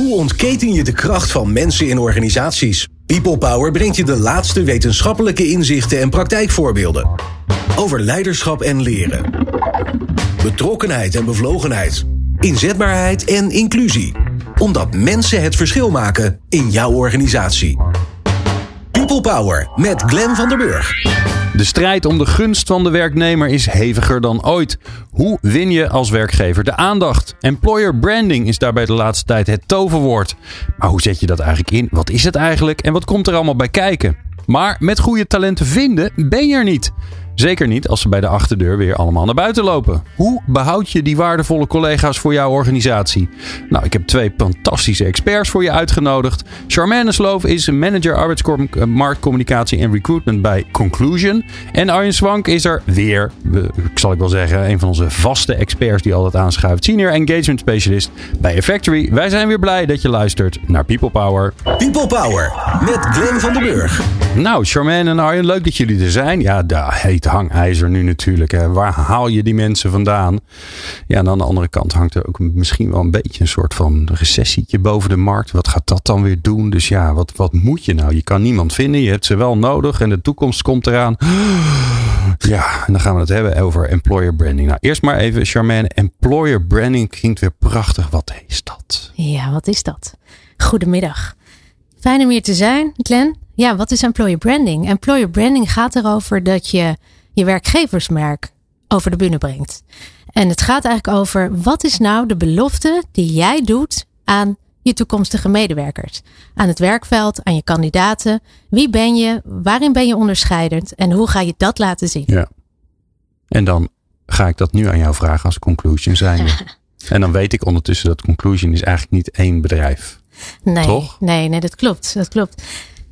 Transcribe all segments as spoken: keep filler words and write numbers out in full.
Hoe ontketen je de kracht van mensen in organisaties? People Power brengt je de laatste wetenschappelijke inzichten en praktijkvoorbeelden. Over leiderschap en leren. Betrokkenheid en bevlogenheid. Inzetbaarheid en inclusie. Omdat mensen het verschil maken in jouw organisatie. People Power met Glenn van der Burg. De strijd om de gunst van de werknemer is heviger dan ooit. Hoe win je als werkgever de aandacht? Employer branding is daarbij de laatste tijd het toverwoord. Maar hoe zet je dat eigenlijk in? Wat is het eigenlijk? En wat komt er allemaal bij kijken? Maar met goede talenten vinden ben je er niet. Zeker niet als ze bij de achterdeur weer allemaal naar buiten lopen. Hoe behoud je die waardevolle collega's voor jouw organisatie? Nou, ik heb twee fantastische experts voor je uitgenodigd. Charmaine Sloof is manager arbeidsmarktcommunicatie en recruitment bij Conclusion. En Arjen Swank is er weer, zal ik wel zeggen, een van onze vaste experts die altijd aanschuift. Senior engagement specialist bij Effectory. Wij zijn weer blij dat je luistert naar People Power. People Power met Glenn van der Burg. Nou, Charmaine en Arjen, leuk dat jullie er zijn. Ja, daar heet hangijzer nu natuurlijk. Hè. Waar haal je die mensen vandaan? Ja, en aan de andere kant hangt er ook misschien wel een beetje een soort van recessietje boven de markt. Wat gaat dat dan weer doen? Dus ja, wat, wat moet je nou? Je kan niemand vinden. Je hebt ze wel nodig en de toekomst komt eraan. Ja, en dan gaan we het hebben over employer branding. Nou, eerst maar even, Charmaine. Employer branding klinkt weer prachtig. Wat is dat? Ja, wat is dat? Goedemiddag. Fijn om hier te zijn, Glenn. Ja, wat is employer branding? Employer branding gaat erover dat je je werkgeversmerk over de bühne brengt. En het gaat eigenlijk over, wat is nou de belofte die jij doet aan je toekomstige medewerkers? Aan het werkveld, aan je kandidaten. Wie ben je? Waarin ben je onderscheidend? En hoe ga je dat laten zien? Ja. En dan ga ik dat nu aan jou vragen als Conclusion zijnde. En dan weet ik ondertussen dat Conclusion is eigenlijk niet één bedrijf. Nee, Toch? nee, nee, dat klopt. Dat klopt.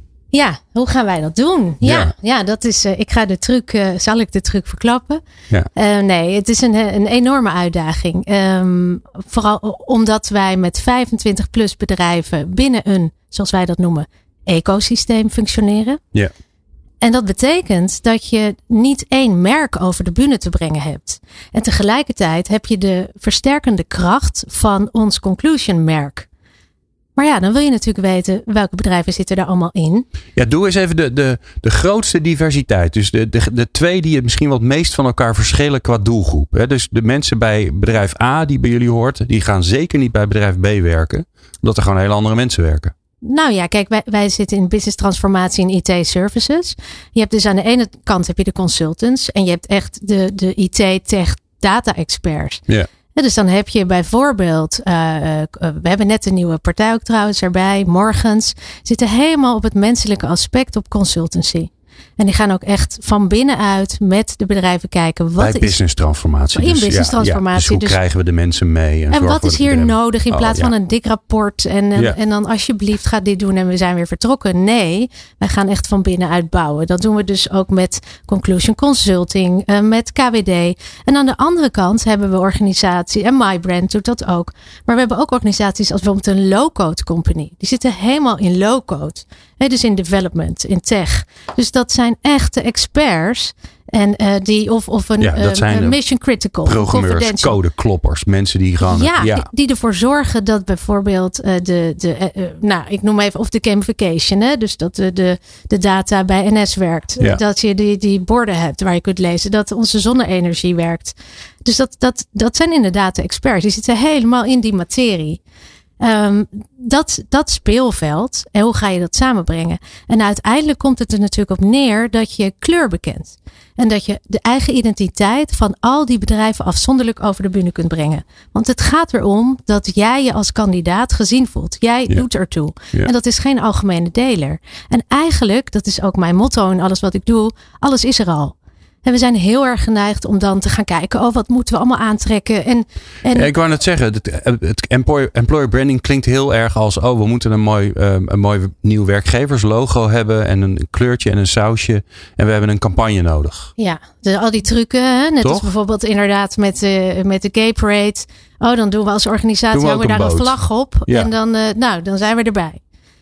Ja, hoe gaan wij dat doen? Ja, ja. ja dat is. Uh, ik ga de truc. Uh, zal ik de truc verklappen? Ja. Uh, nee, het is een, een enorme uitdaging. Um, vooral omdat wij met vijfentwintig plus bedrijven binnen een, zoals wij dat noemen, ecosysteem functioneren. Ja. En dat betekent dat je niet één merk over de bühne te brengen hebt. En tegelijkertijd heb je de versterkende kracht van ons Conclusion merk. Maar ja, dan wil je natuurlijk weten welke bedrijven zitten daar allemaal in. Ja, doe eens even de, de, de grootste diversiteit. Dus de, de, de twee die het misschien wat meest van elkaar verschillen qua doelgroep. Hè? Dus de mensen bij bedrijf A die bij jullie hoort, die gaan zeker niet bij bedrijf B werken. Omdat er gewoon hele andere mensen werken. Nou ja, kijk, wij, wij zitten in business transformatie en I T services. Je hebt dus aan de ene kant heb je de consultants. En je hebt echt de, de I T tech data experts. Ja. Ja, dus dan heb je bijvoorbeeld, uh, uh, we hebben net een nieuwe partij ook trouwens erbij, Morgens, zitten helemaal op het menselijke aspect op consultancy. En die gaan ook echt van binnenuit met de bedrijven kijken. Wat Bij is business transformatie. In dus, business ja, transformatie. Ja, dus hoe dus, krijgen we de mensen mee? En, en wat is hier nodig in oh, plaats ja. van een dik rapport. En, en, Ja. en dan alsjeblieft ga dit doen en we zijn weer vertrokken. Nee, wij gaan echt van binnenuit bouwen. Dat doen we dus ook met Conclusion Consulting, uh, met K W D. En aan de andere kant hebben we organisaties, en MyBrand doet dat ook. Maar we hebben ook organisaties als bijvoorbeeld een low-code company. Die zitten helemaal in low-code. He, dus in development, in tech. Dus dat zijn echte experts. En uh, die of, of een, ja, dat zijn uh, mission critical. Programmeurs, codekloppers. Mensen die gewoon. Ja, ja. Die, die ervoor zorgen dat bijvoorbeeld uh, de, de uh, nou, ik noem even, of de gamification. Hè? Dus dat de, de, de data bij N S werkt. Ja. Dat je die, die borden hebt waar je kunt lezen. Dat onze zonne-energie werkt. Dus dat, dat, dat zijn inderdaad de experts. Die zitten helemaal in die materie. Um, dat, dat speelveld. En hoe ga je dat samenbrengen? En uiteindelijk komt het er natuurlijk op neer dat je kleur bekent. En dat je de eigen identiteit van al die bedrijven afzonderlijk over de bühne kunt brengen. Want het gaat erom dat jij je als kandidaat gezien voelt. Jij ja. doet ertoe. Ja. En dat is geen algemene deler. En eigenlijk, dat is ook mijn motto in alles wat ik doe. Alles is er al. En we zijn heel erg geneigd om dan te gaan kijken. Oh, wat moeten we allemaal aantrekken? En, en... Ja, ik wou net zeggen. Het, het employer, employer branding klinkt heel erg als. Oh, we moeten een mooi, um, een mooi nieuw werkgeverslogo hebben. En een kleurtje en een sausje. En we hebben een campagne nodig. Ja, dus al die trucken. Hè? Net Toch? als bijvoorbeeld inderdaad met, uh, met de Gay Parade. Oh, dan doen we als organisatie doen we houden we daar een een boot. vlag op. Ja. En dan, uh, nou, dan zijn we erbij.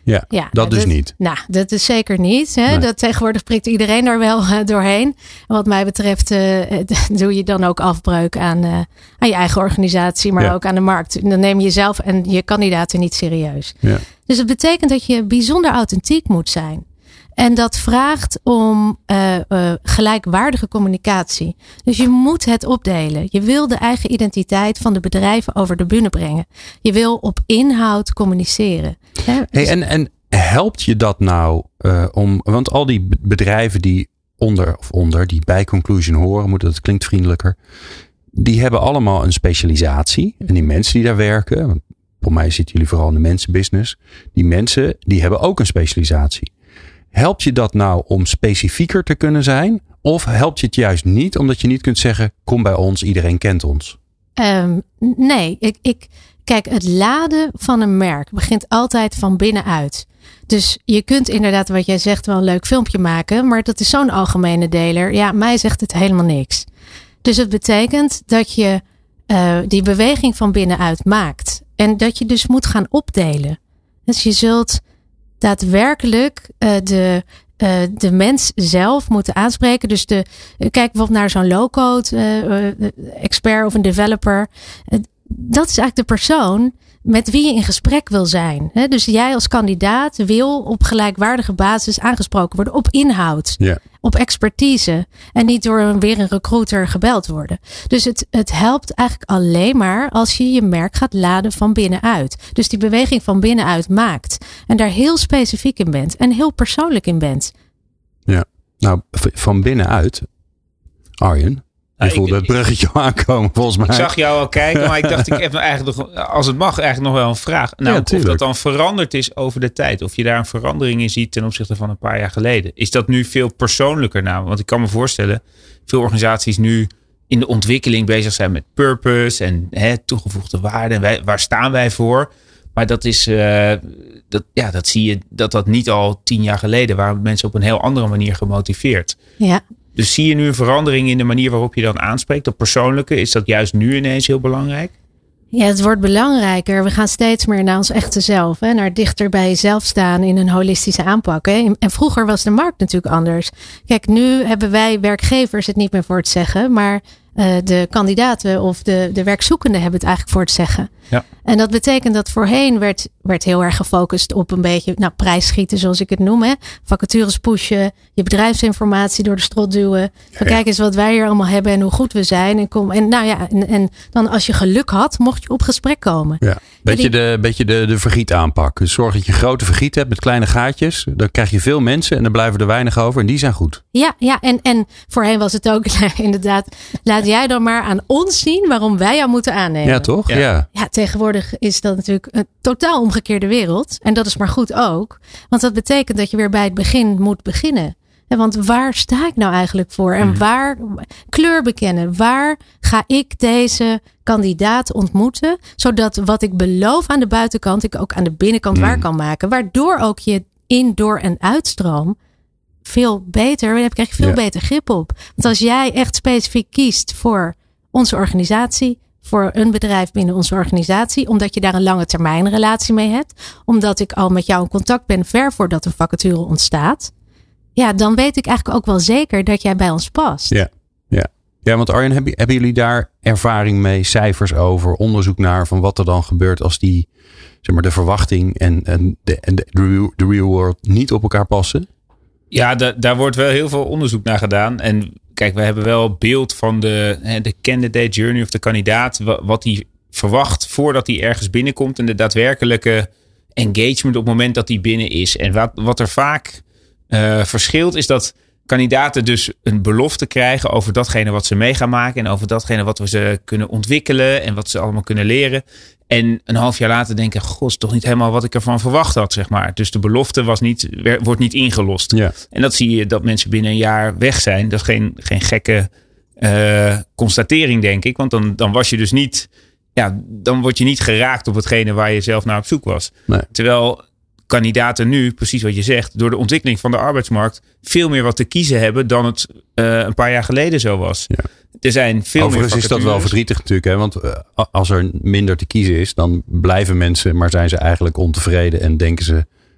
Ja, ja dat dus dat, niet. Nou, dat is zeker niet. Hè? Nee. Dat tegenwoordig prikt iedereen daar wel uh, doorheen. En wat mij betreft uh, doe je dan ook afbreuk aan, uh, aan je eigen organisatie, maar ja. ook aan de markt. Dan neem je jezelf en je kandidaten niet serieus. Ja. Dus het betekent dat je bijzonder authentiek moet zijn. En dat vraagt om uh, uh, gelijkwaardige communicatie. Dus je moet het opdelen. Je wil de eigen identiteit van de bedrijven over de bühne brengen. Je wil op inhoud communiceren. Hè? Hey, en, en helpt je dat nou uh, om... Want al die bedrijven die onder, of onder die bij Conclusion horen, moet dat klinkt vriendelijker. Die hebben allemaal een specialisatie. En die mensen die daar werken, want voor mij zitten jullie vooral in de mensenbusiness. Die mensen die hebben ook een specialisatie. Helpt je dat nou om specifieker te kunnen zijn? Of helpt je het juist niet omdat je niet kunt zeggen, kom bij ons, iedereen kent ons? Um, nee, ik, ik, kijk, het laden van een merk begint altijd van binnenuit. Dus je kunt inderdaad, wat jij zegt, wel een leuk filmpje maken. Maar dat is zo'n algemene deler. Ja, mij zegt het helemaal niks. Dus het betekent dat je uh, die beweging van binnenuit maakt. En dat je dus moet gaan opdelen. Dus je zult daadwerkelijk uh, de, uh, de mens zelf moeten aanspreken. Dus de, uh, kijk bijvoorbeeld naar zo'n low-code uh, uh, expert of een developer. Uh, dat is eigenlijk de persoon met wie je in gesprek wil zijn. Hè? Dus jij als kandidaat wil op gelijkwaardige basis aangesproken worden op inhoud. Ja. Op expertise. En niet door een, weer een recruiter gebeld worden. Dus het, het helpt eigenlijk alleen maar als je je merk gaat laden van binnenuit. Dus die beweging van binnenuit maakt. En daar heel specifiek in bent. En heel persoonlijk in bent. Ja, nou van binnenuit, Arjen. Je nou, voelde ik, het bruggetje aankomen volgens mij. Ik zag jou al kijken, maar ik dacht, ik heb nou eigenlijk nog, als het mag, eigenlijk nog wel een vraag. Nou, ja, of dat dan veranderd is over de tijd. Of je daar een verandering in ziet ten opzichte van een paar jaar geleden. Is dat nu veel persoonlijker nou? Want ik kan me voorstellen, veel organisaties nu in de ontwikkeling bezig zijn met purpose en hè, toegevoegde waarde. En wij, waar staan wij voor? Maar dat is, uh, dat, ja, dat zie je dat dat niet al tien jaar geleden waren mensen op een heel andere manier gemotiveerd. Ja. Dus zie je nu een verandering in de manier waarop je dan aanspreekt? Dat persoonlijke, is dat juist nu ineens heel belangrijk? Ja, het wordt belangrijker. We gaan steeds meer naar ons echte zelf. Hè? Naar dichter bij jezelf staan in een holistische aanpak. Hè? En vroeger was de markt natuurlijk anders. Kijk, nu hebben wij werkgevers het niet meer voor het zeggen. Maar uh, de kandidaten of de, de werkzoekenden hebben het eigenlijk voor het zeggen. Ja. En dat betekent dat voorheen werd, werd heel erg gefocust op een beetje nou, prijsschieten, zoals ik het noem. Hè? Vacatures pushen, je bedrijfsinformatie door de strot duwen. Van, ja. Kijk eens wat wij hier allemaal hebben en hoe goed we zijn. En, kom, en, nou ja, en, en dan als je geluk had, mocht je op gesprek komen. Ja. Beetje, die, de, beetje de, de vergiet aanpak. Dus zorg dat je grote vergiet hebt met kleine gaatjes. Dan krijg je veel mensen en dan blijven er weinig over. En die zijn goed. Ja, ja en, en voorheen was het ook inderdaad, laat jij dan maar aan ons zien waarom wij jou moeten aannemen. Ja, toch? Ja, ja. ja tegenwoordig is dat natuurlijk een totaal omgekeerde wereld. En dat is maar goed ook. Want dat betekent dat je weer bij het begin moet beginnen. Want waar sta ik nou eigenlijk voor? En waar kleur bekennen? Waar ga ik deze kandidaat ontmoeten? Zodat wat ik beloof aan de buitenkant, ik ook aan de binnenkant waar kan maken. Waardoor ook je in, door en uitstroom veel beter, daar krijg je veel ja. beter grip op. Want als jij echt specifiek kiest voor onze organisatie, voor een bedrijf binnen onze organisatie, omdat je daar een lange termijn relatie mee hebt, omdat ik al met jou in contact ben ver voordat een vacature ontstaat, ja, dan weet ik eigenlijk ook wel zeker dat jij bij ons past. Ja, ja. ja want Arjen, hebben, hebben jullie daar ervaring mee, cijfers over, onderzoek naar van wat er dan gebeurt als die, zeg maar, de verwachting en, en, de, en de, de real world niet op elkaar passen? Ja, da, daar wordt wel heel veel onderzoek naar gedaan. En kijk, we hebben wel beeld van de, de candidate journey of de kandidaat. Wat hij verwacht voordat hij ergens binnenkomt. En de daadwerkelijke engagement op het moment dat hij binnen is. En wat, wat er vaak uh, verschilt is dat kandidaten dus een belofte krijgen over datgene wat ze mee gaan maken. En over datgene wat we ze kunnen ontwikkelen. En wat ze allemaal kunnen leren. En een half jaar later denken, god, is toch niet helemaal wat ik ervan verwacht had, zeg maar. Dus de belofte was niet, wordt niet ingelost. Ja. En dat zie je dat mensen binnen een jaar weg zijn. Dat is geen, geen gekke uh, constatering, denk ik. Want dan, dan was je dus niet, ja, dan word je niet geraakt op hetgene waar je zelf naar op zoek was. Nee. Terwijl kandidaten nu, precies wat je zegt, door de ontwikkeling van de arbeidsmarkt veel meer wat te kiezen hebben dan het uh, een paar jaar geleden zo was. Ja. Er zijn veel Overigens meer is dat wel verdrietig natuurlijk. Hè? Want uh, als er minder te kiezen is, dan blijven mensen, maar zijn ze eigenlijk ontevreden en denken ze,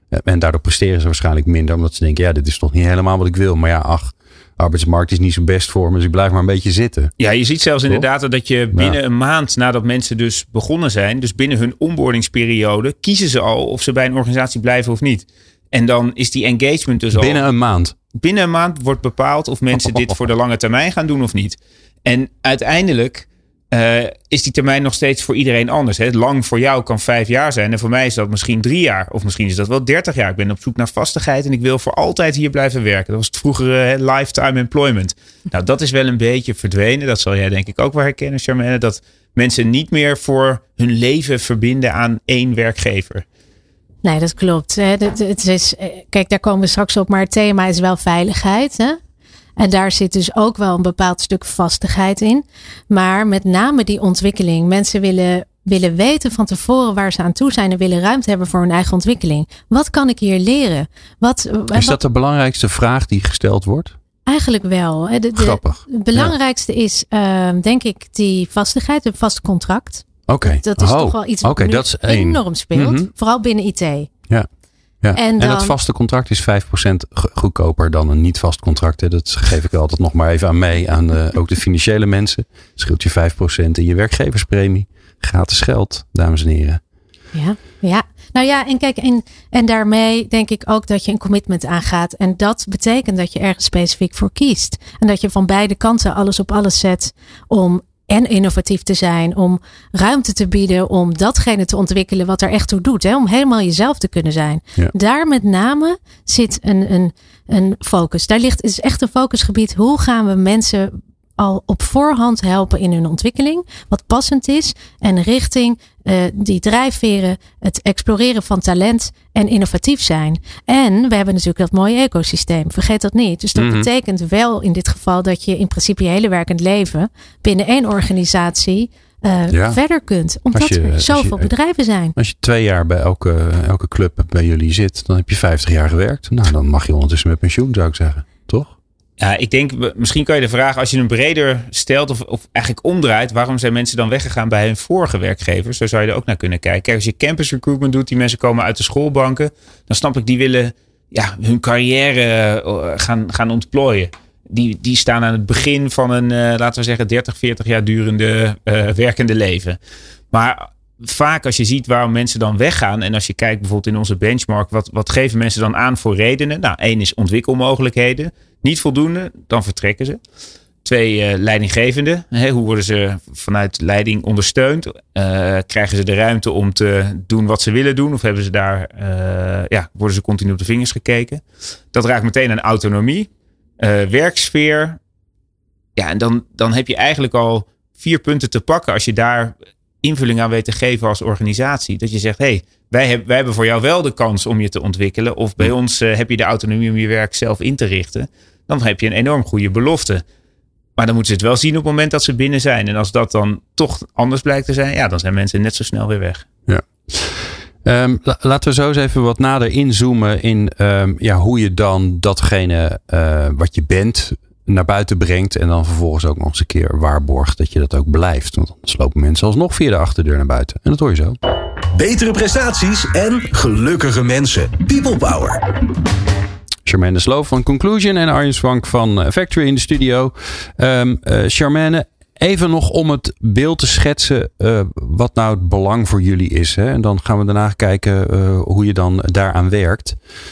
En daardoor presteren ze waarschijnlijk minder. Omdat ze denken, ja, dit is toch niet helemaal wat ik wil. Maar ja, ach, de arbeidsmarkt is niet zo best voor me. Dus ik blijf maar een beetje zitten. Ja, je ziet zelfs Toch? inderdaad dat je binnen Ja. een maand nadat mensen dus begonnen zijn. Dus binnen hun onboardingsperiode kiezen ze al of ze bij een organisatie blijven of niet. En dan is die engagement dus al... Binnen een maand. Binnen een maand wordt bepaald of mensen dit voor de lange termijn gaan doen of niet. En uiteindelijk uh, is die termijn nog steeds voor iedereen anders. Hè. Lang voor jou kan vijf jaar zijn. En voor mij is dat misschien drie jaar. Of misschien is dat wel dertig jaar. Ik ben op zoek naar vastigheid en ik wil voor altijd hier blijven werken. Dat was het vroegere hè, lifetime employment. Nou, dat is wel een beetje verdwenen. Dat zal jij denk ik ook wel herkennen, Charmaine. Dat mensen niet meer voor hun leven verbinden aan één werkgever. Nee, dat klopt. Het is, kijk, daar komen we straks op. Maar het thema is wel veiligheid. Hè? En daar zit dus ook wel een bepaald stuk vastigheid in. Maar met name die ontwikkeling. Mensen willen, willen weten van tevoren waar ze aan toe zijn. En willen ruimte hebben voor hun eigen ontwikkeling. Wat kan ik hier leren? Wat, Is wat, dat de belangrijkste vraag die gesteld wordt? Eigenlijk wel. De, de, Grappig. Het belangrijkste ja. is uh, denk ik die vastigheid. Een vast contract. Oké. Okay. Dat is oh. toch wel iets wat okay, nu dat is enorm speelt. Mm-hmm. Vooral binnen I T. Ja. Ja. En, en, dan, en het vaste contract is vijf procent goedkoper dan een niet vast contract. Hè. Dat geef ik altijd nog maar even aan mee. Aan uh, ook de financiële mensen. Scheelt je vijf procent in je werkgeverspremie. Gratis geld, dames en heren. Ja, ja. Nou ja, en kijk, en, en daarmee denk ik ook dat je een commitment aangaat. En dat betekent dat je ergens specifiek voor kiest. En dat je van beide kanten alles op alles zet om en innovatief te zijn, om ruimte te bieden, om datgene te ontwikkelen wat er echt toe doet. Hè? Om helemaal jezelf te kunnen zijn. Ja. Daar met name zit een, een, een focus. Daar ligt, het is echt een focusgebied. Hoe gaan we mensen al op voorhand helpen in hun ontwikkeling, wat passend is en richting uh, die drijfveren, het exploreren van talent en innovatief zijn. En we hebben natuurlijk dat mooie ecosysteem, vergeet dat niet. Dus dat mm-hmm. betekent wel in dit geval dat je in principe je hele werkend leven binnen één organisatie uh, ja. verder kunt. Omdat je, er zoveel je, bedrijven zijn. Als je twee jaar bij elke, elke club bij jullie zit, dan heb je vijftig jaar gewerkt. Nou, dan mag je ondertussen met pensioen, zou ik zeggen. Toch? Ja, ik denk, misschien kan je de vraag, als je hem breder stelt of, of eigenlijk omdraait, waarom zijn mensen dan weggegaan bij hun vorige werkgevers? Zo zou je er ook naar kunnen kijken. Kijk, als je campus recruitment doet, die mensen komen uit de schoolbanken, dan snap ik, die willen ja, hun carrière gaan, gaan ontplooien. Die, die staan aan het begin van een, uh, laten we zeggen, dertig, veertig jaar durende uh, werkende leven. Maar vaak als je ziet waarom mensen dan weggaan, en als je kijkt bijvoorbeeld in onze benchmark, wat, wat geven mensen dan aan voor redenen? Nou, één is ontwikkelmogelijkheden. Niet voldoende, dan vertrekken ze. Twee, uh, leidinggevende. Hè, hoe worden ze vanuit leiding ondersteund? Uh, krijgen ze de ruimte om te doen wat ze willen doen? Of hebben ze daar, uh, ja, worden ze continu op de vingers gekeken? Dat raakt meteen aan autonomie. Uh, werksfeer. Ja, en dan, dan heb je eigenlijk al vier punten te pakken als je daar invulling aan weet te geven als organisatie. Dat je zegt, hé, hey, wij, heb, wij hebben voor jou wel de kans om je te ontwikkelen. Of bij ons uh, heb je de autonomie om je werk zelf in te richten. Dan heb je een enorm goede belofte. Maar dan moeten ze het wel zien op het moment dat ze binnen zijn. En als dat dan toch anders blijkt te zijn, ja, dan zijn mensen net zo snel weer weg. Ja. Um, laten we zo eens even wat nader inzoomen in um, ja, hoe je dan datgene uh, wat je bent naar buiten brengt. En dan vervolgens ook nog eens een keer waarborgt dat je dat ook blijft. Want anders lopen mensen alsnog via de achterdeur naar buiten. En dat hoor je zo. Betere prestaties en gelukkige mensen. People Power. Charmaine de Sloof van Conclusion en Arjen Swank van Factory in de studio. Um, uh, Charmaine, even nog om het beeld te schetsen uh, wat nou het belang voor jullie is. Hè? En dan gaan we daarna kijken uh, hoe je dan daaraan werkt.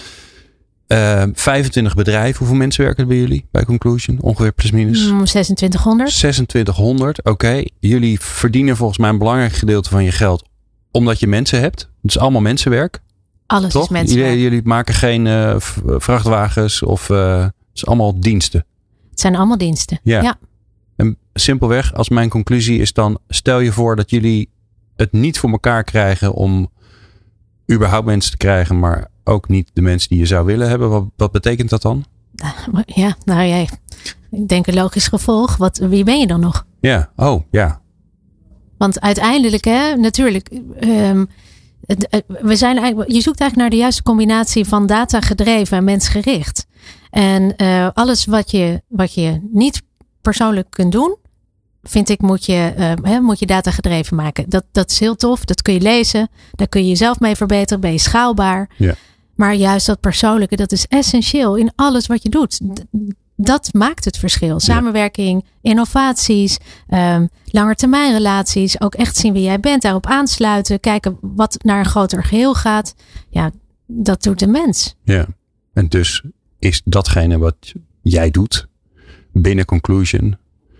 Uh, vijfentwintig bedrijven, hoeveel mensen werken er bij jullie bij Conclusion? Ongeveer plus minus? Mm, zesentwintighonderd. zesentwintighonderd, oké. Okay. Jullie verdienen volgens mij een belangrijk gedeelte van je geld omdat je mensen hebt. Het is allemaal mensenwerk. Alles Toch? is mensenwerk. Jullie, jullie maken geen uh, vrachtwagens of uh, het is allemaal diensten. Het zijn allemaal diensten, ja. ja. En simpelweg, als mijn conclusie is dan, stel je voor dat jullie het niet voor elkaar krijgen om überhaupt mensen te krijgen, maar ook niet de mensen die je zou willen hebben. Wat, wat betekent dat dan? Ja, nou jij, ik denk een logisch gevolg. Wat, wie ben je dan nog? Ja, oh ja. Want uiteindelijk, hè, natuurlijk, um, we zijn eigenlijk, je zoekt eigenlijk naar de juiste combinatie van data gedreven en mensgericht. En uh, alles wat je, wat je niet persoonlijk kunt doen, vind ik, moet je, uh, hè, moet je data gedreven maken. Dat, dat is heel tof, dat kun je lezen, daar kun je jezelf mee verbeteren, ben je schaalbaar. Ja. Maar juist dat persoonlijke, dat is essentieel in alles wat je doet. D- dat maakt het verschil. Samenwerking, innovaties, um, langetermijnrelaties. Ook echt zien wie jij bent, daarop aansluiten. Kijken wat naar een groter geheel gaat. Ja, dat doet de mens. Ja, en dus is datgene wat jij doet binnen Conclusion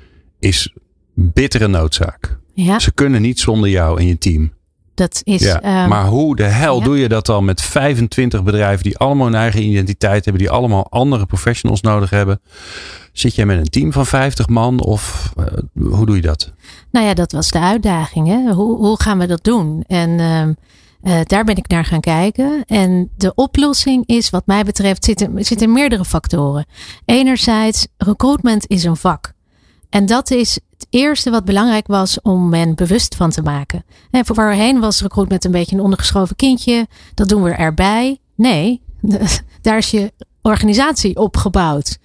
is bittere noodzaak. Ja. Ze kunnen niet zonder jou en je team. Dat is, ja, um, maar hoe de hel ja. doe je dat dan met vijfentwintig bedrijven die allemaal hun eigen identiteit hebben, die allemaal andere professionals nodig hebben? Zit jij met een team van vijftig man of uh, hoe doe je dat? Nou ja, dat was de uitdaging. Hè? Hoe, hoe gaan we dat doen? En uh, uh, daar ben ik naar gaan kijken. En de oplossing is, wat mij betreft, zit in, zit in meerdere factoren. Enerzijds, recruitment is een vak. En dat is het eerste wat belangrijk was om men bewust van te maken. En voorheen was recruitment een beetje een ondergeschoven kindje. Dat doen we erbij. Nee, daar is je organisatie op gebouwd.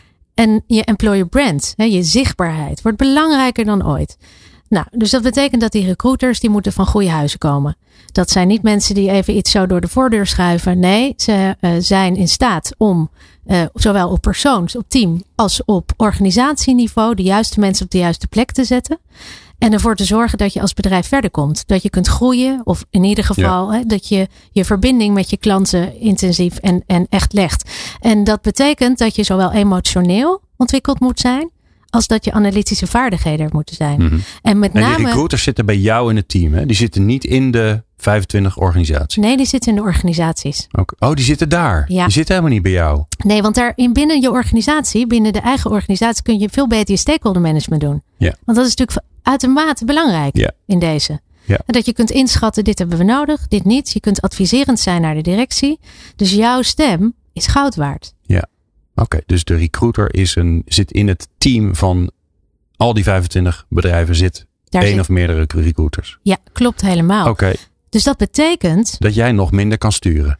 En je employer brand, je zichtbaarheid, wordt belangrijker dan ooit. Nou, dus dat betekent dat die recruiters, die moeten van goede huizen komen. Dat zijn niet mensen die even iets zo door de voordeur schuiven. Nee, ze uh, zijn in staat om uh, zowel op persoons, op team als op organisatieniveau de juiste mensen op de juiste plek te zetten. En ervoor te zorgen dat je als bedrijf verder komt. Dat je kunt groeien of in ieder geval ja. hè, dat je je verbinding met je klanten intensief en, en echt legt. En dat betekent dat je zowel emotioneel ontwikkeld moet zijn als dat je analytische vaardigheden moeten zijn. Mm-hmm. En met name. En die recruiters zitten bij jou in het team, hè? Die zitten niet in de vijfentwintig organisaties. Nee, die zitten in de organisaties. Okay. Oh, die zitten daar. Ja. Die zitten helemaal niet bij jou. Nee, want daar in binnen je organisatie, binnen de eigen organisatie, kun je veel beter je stakeholder management doen. Ja. Want dat is natuurlijk uitermate belangrijk ja. in deze. Ja. En dat je kunt inschatten, dit hebben we nodig, dit niet. Je kunt adviserend zijn naar de directie. Dus jouw stem is goud waard. Ja. Oké, okay, dus de recruiter is een, zit in het team van al die vijfentwintig bedrijven zit Daar één zit... of meerdere recruiters. Ja, klopt helemaal. Oké. Okay. Dus dat betekent dat jij nog minder kan sturen.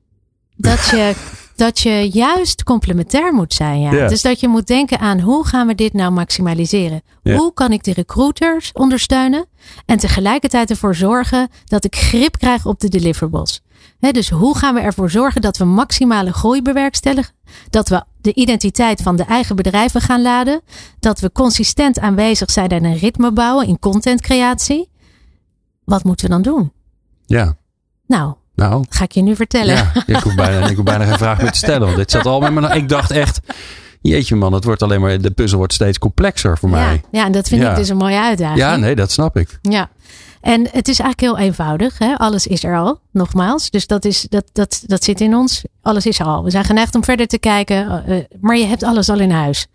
Dat je, dat je juist complementair moet zijn. Ja. Yeah. Dus dat je moet denken aan hoe gaan we dit nou maximaliseren? Yeah. Hoe kan ik de recruiters ondersteunen? En tegelijkertijd ervoor zorgen dat ik grip krijg op de deliverables. He, dus hoe gaan we ervoor zorgen dat we maximale groei bewerkstelligen? Dat we de identiteit van de eigen bedrijven gaan laden. Dat we consistent aanwezig zijn en een ritme bouwen in contentcreatie. Wat moeten we dan doen? Ja. Nou, nou ga ik je nu vertellen. Ja, ik hoef bijna, ik hoef bijna geen vraag meer te stellen. Want dit zat al met me. Ik dacht echt, jeetje man, het wordt alleen maar, de puzzel wordt steeds complexer voor ja, mij. Ja, en dat vind ja. ik dus een mooie uitdaging. Ja, nee, dat snap ik. Ja. En het is eigenlijk heel eenvoudig. Hè? Alles is er al, nogmaals. Dus dat, is, dat, dat, dat zit in ons. Alles is er al. We zijn geneigd om verder te kijken. Uh, maar je hebt alles al in huis.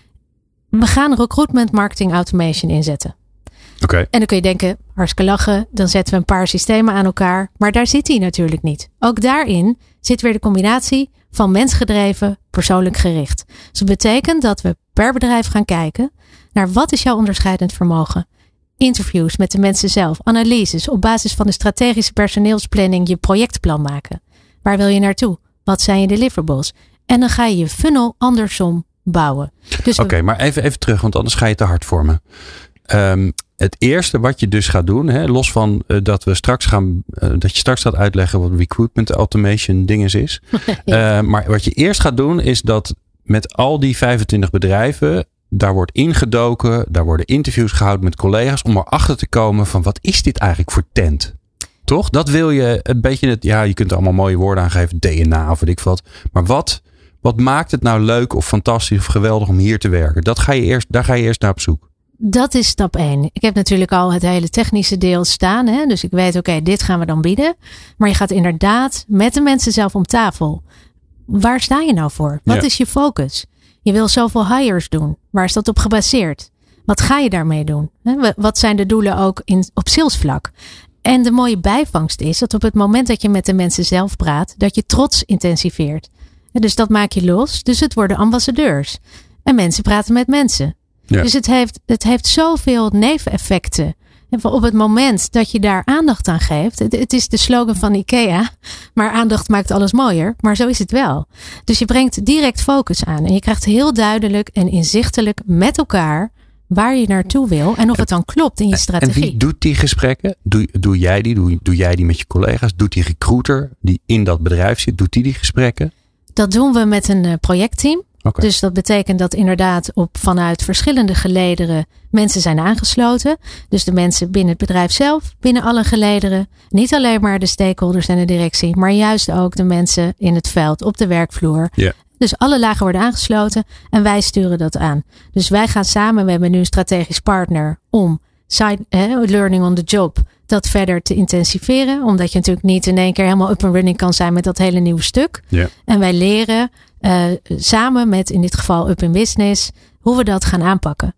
We gaan recruitment marketing automation inzetten. Oké. Okay. En dan kun je denken, hartstikke lachen. Dan zetten we een paar systemen aan elkaar. Maar daar zit hij natuurlijk niet. Ook daarin zit weer de combinatie van mensgedreven, persoonlijk gericht. Dus dat betekent dat we per bedrijf gaan kijken naar wat is jouw onderscheidend vermogen. Interviews met de mensen zelf, analyses op basis van de strategische personeelsplanning je projectplan maken. Waar wil je naartoe? Wat zijn je deliverables? En dan ga je je funnel andersom bouwen. Dus Oké, okay, maar even, even terug, want anders ga je te hard voor me. Um, het eerste wat je dus gaat doen, hè, los van uh, dat we straks gaan, uh, dat je straks gaat uitleggen wat recruitment automation dinges is. ja. uh, maar wat je eerst gaat doen is dat met al die vijfentwintig bedrijven, daar wordt ingedoken, daar worden interviews gehouden met collega's om erachter te komen van wat is dit eigenlijk voor tent? Toch? Dat wil je een beetje, het, ja, je kunt er allemaal mooie woorden aan geven, D N A of weet ik wat. Maar wat, wat maakt het nou leuk of fantastisch of geweldig om hier te werken? Dat ga je eerst, daar ga je eerst naar op zoek. Dat is stap één. Ik heb natuurlijk al het hele technische deel staan. Hè? Dus ik weet, oké, okay, dit gaan we dan bieden. Maar je gaat inderdaad met de mensen zelf om tafel. Waar sta je nou voor? Wat ja. is je focus? Je wil zoveel hires doen. Waar is dat op gebaseerd? Wat ga je daarmee doen? Wat zijn de doelen ook in, op salesvlak? En de mooie bijvangst is dat op het moment dat je met de mensen zelf praat, dat je trots intensiveert. Dus dat maak je los. Dus het worden ambassadeurs. En mensen praten met mensen. Ja. Dus het heeft, het heeft zoveel neveneffecten. En op het moment dat je daar aandacht aan geeft. Het, het is de slogan van IKEA. Maar aandacht maakt alles mooier. Maar zo is het wel. Dus je brengt direct focus aan. En je krijgt heel duidelijk en inzichtelijk met elkaar. waar je naartoe wil en of het dan klopt in je strategie. En wie doet die gesprekken? Doe, doe jij die? Doe, doe jij die met je collega's? Doet die recruiter die in dat bedrijf zit, doet die die gesprekken? Dat doen we met een uh, projectteam. Okay. Dus dat betekent dat inderdaad op vanuit verschillende gelederen mensen zijn aangesloten. Dus de mensen binnen het bedrijf zelf, binnen alle gelederen. Niet alleen maar de stakeholders en de directie, maar juist ook de mensen in het veld, op de werkvloer. Yeah. Dus alle lagen worden aangesloten en wij sturen dat aan. Dus wij gaan samen, we hebben nu een strategisch partner om side, eh, learning on the job dat verder te intensiveren. Omdat je natuurlijk niet in één keer helemaal up and running kan zijn met dat hele nieuwe stuk. Yeah. En wij leren uh, samen met in dit geval Up in Business hoe we dat gaan aanpakken.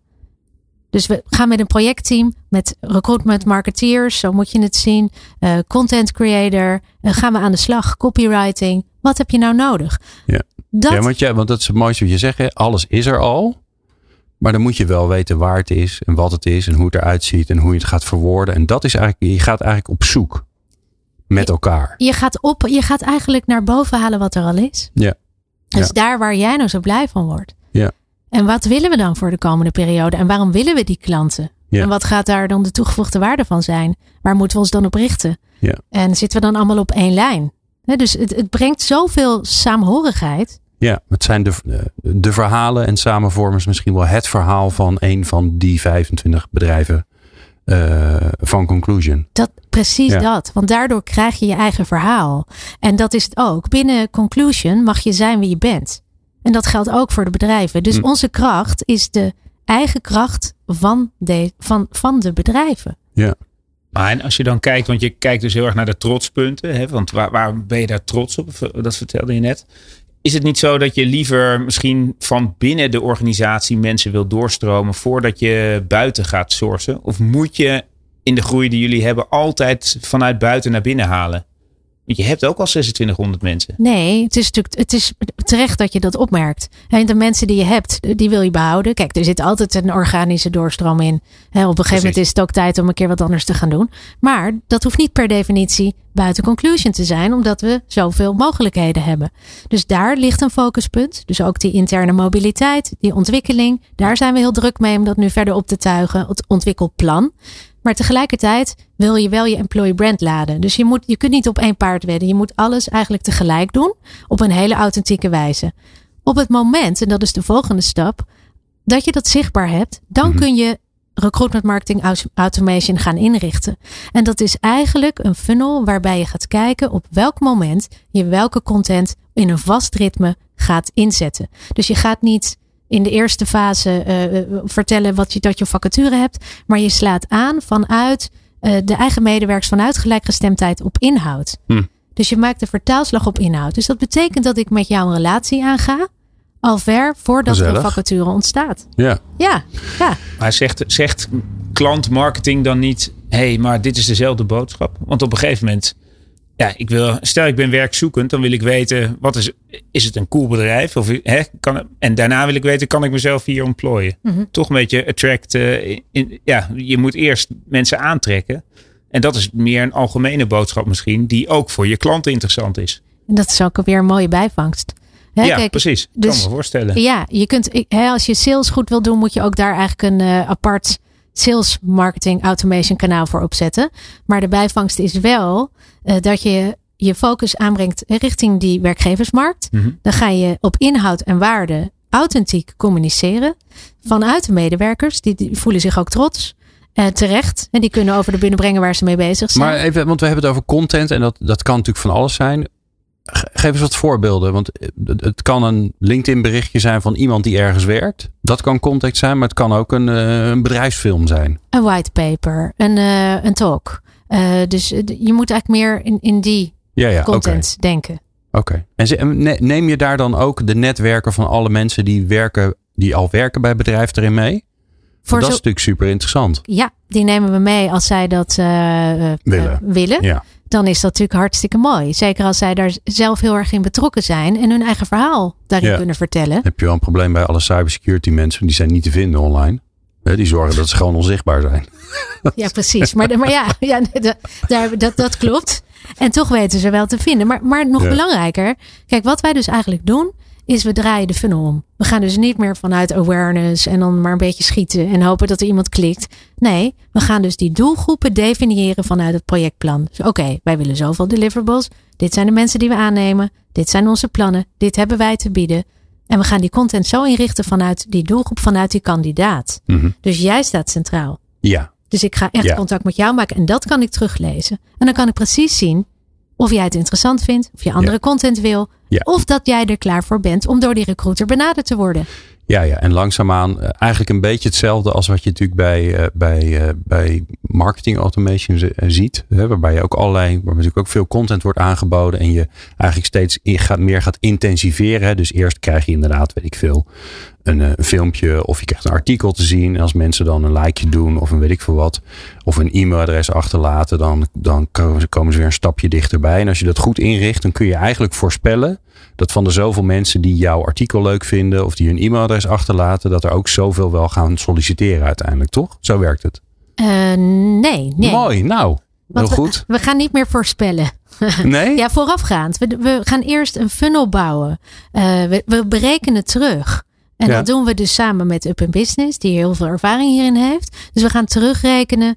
Dus we gaan met een projectteam, met recruitment marketeers, zo moet je het zien, uh, content creator, uh, gaan we aan de slag, copywriting. Wat heb je nou nodig? Ja, dat... ja want, ja, want dat is het mooiste wat je zegt. Hè? Alles is er al. Maar dan moet je wel weten waar het is en wat het is en hoe het eruit ziet en hoe je het gaat verwoorden. En dat is eigenlijk, je gaat eigenlijk op zoek met elkaar. Je gaat, op, je gaat eigenlijk naar boven halen wat er al is. Ja. Dus ja. daar waar jij nou zo blij van wordt. Ja. En wat willen we dan voor de komende periode? En waarom willen we die klanten? Ja. En wat gaat daar dan de toegevoegde waarde van zijn? Waar moeten we ons dan op richten? Ja. En zitten we dan allemaal op één lijn? He, dus het, het brengt zoveel saamhorigheid. Ja, het zijn de, de verhalen en samen vormen ze misschien wel het verhaal van een van die vijfentwintig bedrijven uh, van Conclusion. Dat, precies ja. dat. Want daardoor krijg je je eigen verhaal. En dat is het ook. Binnen Conclusion mag je zijn wie je bent. En dat geldt ook voor de bedrijven. Dus hm. onze kracht is de eigen kracht van de, van, van de bedrijven. Ja. Maar en als je dan kijkt, want je kijkt dus heel erg naar de trotspunten. Hè, want waar, waar ben je daar trots op? Dat vertelde je net. Is het niet zo dat je liever misschien van binnen de organisatie mensen wil doorstromen voordat je buiten gaat sourcen? Of moet je in de groei die jullie hebben altijd vanuit buiten naar binnen halen? Want je hebt ook al zesentwintighonderd mensen. Nee, het is natuurlijk het is terecht dat je dat opmerkt. En de mensen die je hebt, die wil je behouden. Kijk, er zit altijd een organische doorstroom in. He, op een gegeven Precies. moment is het ook tijd om een keer wat anders te gaan doen. Maar dat hoeft niet per definitie buiten Conclusion te zijn, omdat we zoveel mogelijkheden hebben. Dus daar ligt een focuspunt. Dus ook die interne mobiliteit, die ontwikkeling. Daar zijn we heel druk mee om dat nu verder op te tuigen. Het ontwikkelplan. Maar tegelijkertijd wil je wel je employee brand laden. Dus je, moet, je kunt niet op één paard wedden. Je moet alles eigenlijk tegelijk doen. Op een hele authentieke wijze. Op het moment, en dat is de volgende stap, dat je dat zichtbaar hebt, dan mm-hmm. kun je recruitment marketing automation gaan inrichten. En dat is eigenlijk een funnel waarbij je gaat kijken op welk moment je welke content in een vast ritme gaat inzetten. Dus je gaat niet in de eerste fase uh, vertellen wat je, dat je vacature hebt. Maar je slaat aan vanuit uh, de eigen medewerkers, vanuit gelijkgestemdheid op inhoud. Hm. Dus je maakt de vertaalslag op inhoud. Dus dat betekent dat ik met jou een relatie aanga. Al ver voordat er een vacature ontstaat. Ja. Ja, ja. Maar zegt, zegt klantmarketing dan niet, hé, hey, maar dit is dezelfde boodschap? Want op een gegeven moment, ja, ik wil, stel ik ben werkzoekend, dan wil ik weten, wat is, is het een cool bedrijf? Of, hè, kan, en daarna wil ik weten, kan ik mezelf hier employen? Mm-hmm. Toch een beetje attract. Uh, in, ja, je moet eerst mensen aantrekken. En dat is meer een algemene boodschap misschien, die ook voor je klanten interessant is. En dat is ook weer een mooie bijvangst. He, ja, kijk, precies. Ik dus, kan me voorstellen. Ja, je kunt, he, als je sales goed wil doen, moet je ook daar eigenlijk een uh, apart sales marketing automation kanaal voor opzetten. Maar de bijvangst is wel uh, dat je je focus aanbrengt richting die werkgeversmarkt. Mm-hmm. Dan ga je op inhoud en waarde authentiek communiceren vanuit de medewerkers. Die, die voelen zich ook trots. Uh, terecht. En die kunnen over de bühne brengen waar ze mee bezig zijn. Maar even, want we hebben het over content en dat, dat kan natuurlijk van alles zijn. Geef eens wat voorbeelden. Want het kan een LinkedIn berichtje zijn van iemand die ergens werkt. Dat kan content zijn, maar het kan ook een, een bedrijfsfilm zijn. Een whitepaper, een, uh, een talk. Uh, dus je moet eigenlijk meer in, in die ja, ja, content okay. denken. Oké. Okay. En neem je daar dan ook de netwerken van alle mensen die werken, die al werken bij bedrijf erin mee? Voor dat zo... is natuurlijk super interessant. Ja, die nemen we mee als zij dat uh, willen. Uh, willen. Ja. Dan is dat natuurlijk hartstikke mooi. Zeker als zij daar zelf heel erg in betrokken zijn en hun eigen verhaal daarin ja. kunnen vertellen. Heb je wel een probleem bij alle cybersecurity mensen. Die zijn niet te vinden online. Die zorgen dat ze gewoon onzichtbaar zijn. Ja, precies. Maar, maar ja, ja dat, dat, dat klopt. En toch weten ze wel te vinden. Maar, maar nog ja. belangrijker. Kijk, wat wij dus eigenlijk doen is we draaien de funnel om. We gaan dus niet meer vanuit awareness en dan maar een beetje schieten en hopen dat er iemand klikt. Nee, we gaan dus die doelgroepen definiëren vanuit het projectplan. Dus oké, okay, wij willen zoveel deliverables. Dit zijn de mensen die we aannemen. Dit zijn onze plannen. Dit hebben wij te bieden. En we gaan die content zo inrichten vanuit die doelgroep, vanuit die kandidaat. Mm-hmm. Dus jij staat centraal. Ja. Dus ik ga echt ja. contact met jou maken en dat kan ik teruglezen. En dan kan ik precies zien of jij het interessant vindt, of je andere ja. content wil. Ja. Of dat jij er klaar voor bent om door die recruiter benaderd te worden. Ja, ja, en langzaamaan uh, eigenlijk een beetje hetzelfde als wat je natuurlijk bij, uh, bij, uh, bij marketing automation z- uh, ziet. Hè, waarbij je ook allerlei, waar natuurlijk ook veel content wordt aangeboden. En je eigenlijk steeds in gaat, meer gaat intensiveren. Hè. Dus eerst krijg je inderdaad, weet ik veel, een, uh, een filmpje of je krijgt een artikel te zien. En als mensen dan een likeje doen of een weet ik veel wat. Of een e-mailadres achterlaten, dan, dan komen ze weer een stapje dichterbij. En als je dat goed inricht, dan kun je eigenlijk voorspellen dat van de zoveel mensen die jouw artikel leuk vinden of die hun e-mailadres achterlaten, dat er ook zoveel wel gaan solliciteren uiteindelijk, toch? Zo werkt het. Uh, nee, nee. Mooi, nou, heel we, goed. We gaan niet meer voorspellen. Nee? Ja, voorafgaand. We, we gaan eerst een funnel bouwen. Uh, we, we berekenen terug. En ja. dat doen we dus samen met Up in Business, die heel veel ervaring hierin heeft. Dus we gaan terugrekenen.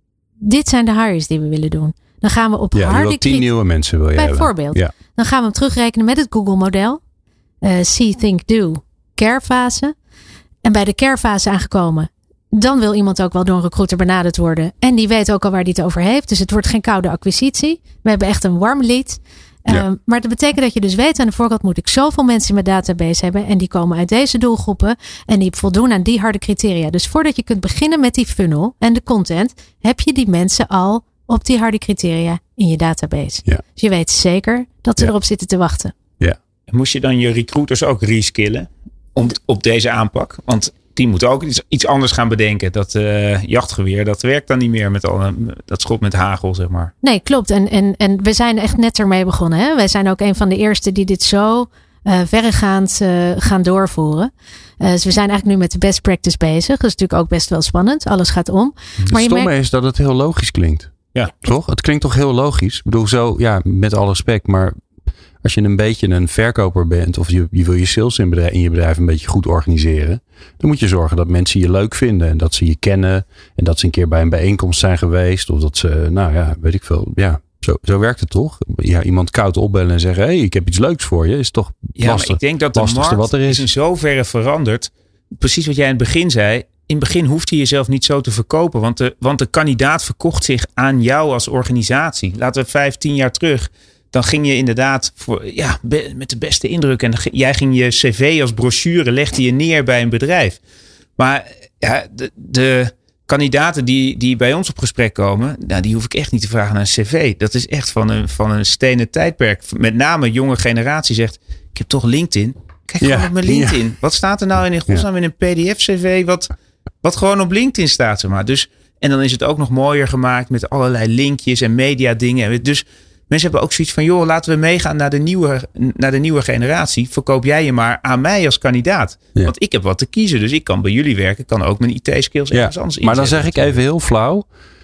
Dit zijn de hires die we willen doen. Dan gaan we op ja, harde... Ja, tien cri- nieuwe mensen wil je Bijvoorbeeld. Ja. Dan gaan we hem terugrekenen met het Google-model. Uh, See, Think, Do. Care-fase. En bij de care-fase aangekomen. Dan wil iemand ook wel door een recruiter benaderd worden. En die weet ook al waar hij het over heeft. Dus het wordt geen koude acquisitie. We hebben echt een warm lead. Ja. Um, maar dat betekent dat je dus weet aan de voorkant moet ik zoveel mensen in mijn database hebben. En die komen uit deze doelgroepen. En die voldoen aan die harde criteria. Dus voordat je kunt beginnen met die funnel en de content, heb je die mensen al op die harde criteria in je database. Ja. Dus je weet zeker dat ze ja. erop zitten te wachten. Ja. Moest je dan je recruiters ook reskillen om, op deze aanpak? Want die moeten ook iets, iets anders gaan bedenken. Dat uh, jachtgeweer, dat werkt dan niet meer met al, dat schot met hagel, zeg maar. Nee, klopt. En, en, en we zijn echt net ermee begonnen. Hè? Wij zijn ook een van de eerste die dit zo uh, verregaand uh, gaan doorvoeren. Uh, dus we zijn eigenlijk nu met de best practice bezig. Dat is natuurlijk ook best wel spannend. Alles gaat om. Het maar stomme merkt... is dat het heel logisch klinkt. Ja. Toch? Het klinkt toch heel logisch. Ik bedoel zo, ja, met alle respect, maar als je een beetje een verkoper bent of je, je wil je sales in, bedrijf, in je bedrijf een beetje goed organiseren, dan moet je zorgen dat mensen je leuk vinden en dat ze je kennen en dat ze een keer bij een bijeenkomst zijn geweest of dat ze, nou ja, weet ik veel, ja, zo, zo werkt het toch? Ja, iemand koud opbellen en zeggen, hé, hey, ik heb iets leuks voor je, is toch ja, lastig. Maar ik denk dat de markt wat er is. is in zoverre veranderd. Precies wat jij in het begin zei. In het begin hoeft je jezelf niet zo te verkopen. Want de, want de kandidaat verkocht zich aan jou als organisatie. Laten we vijf, tien jaar terug. Dan ging je inderdaad voor, ja, be, met de beste indruk. En jij ging je cv als brochure, legde je neer bij een bedrijf. Maar ja, de, de kandidaten die, die bij ons op gesprek komen, nou, die hoef ik echt niet te vragen naar een cv. Dat is echt van een, van een stenen tijdperk. Met name jonge generatie zegt, ik heb toch LinkedIn. Kijk gewoon ja, op mijn LinkedIn. Ja. Wat staat er nou in godsnaam in een P D F-cv wat, wat gewoon op LinkedIn staat, zeg maar. Dus, en dan is het ook nog mooier gemaakt met allerlei linkjes en media dingen. Dus mensen hebben ook zoiets van, joh, laten we meegaan naar de nieuwe, naar de nieuwe generatie. Verkoop jij je maar aan mij als kandidaat. Ja. Want ik heb wat te kiezen. Dus ik kan bij jullie werken. Kan ook mijn I T-skills ergens ja, anders inzetten. Maar dan zeg ik even heel flauw.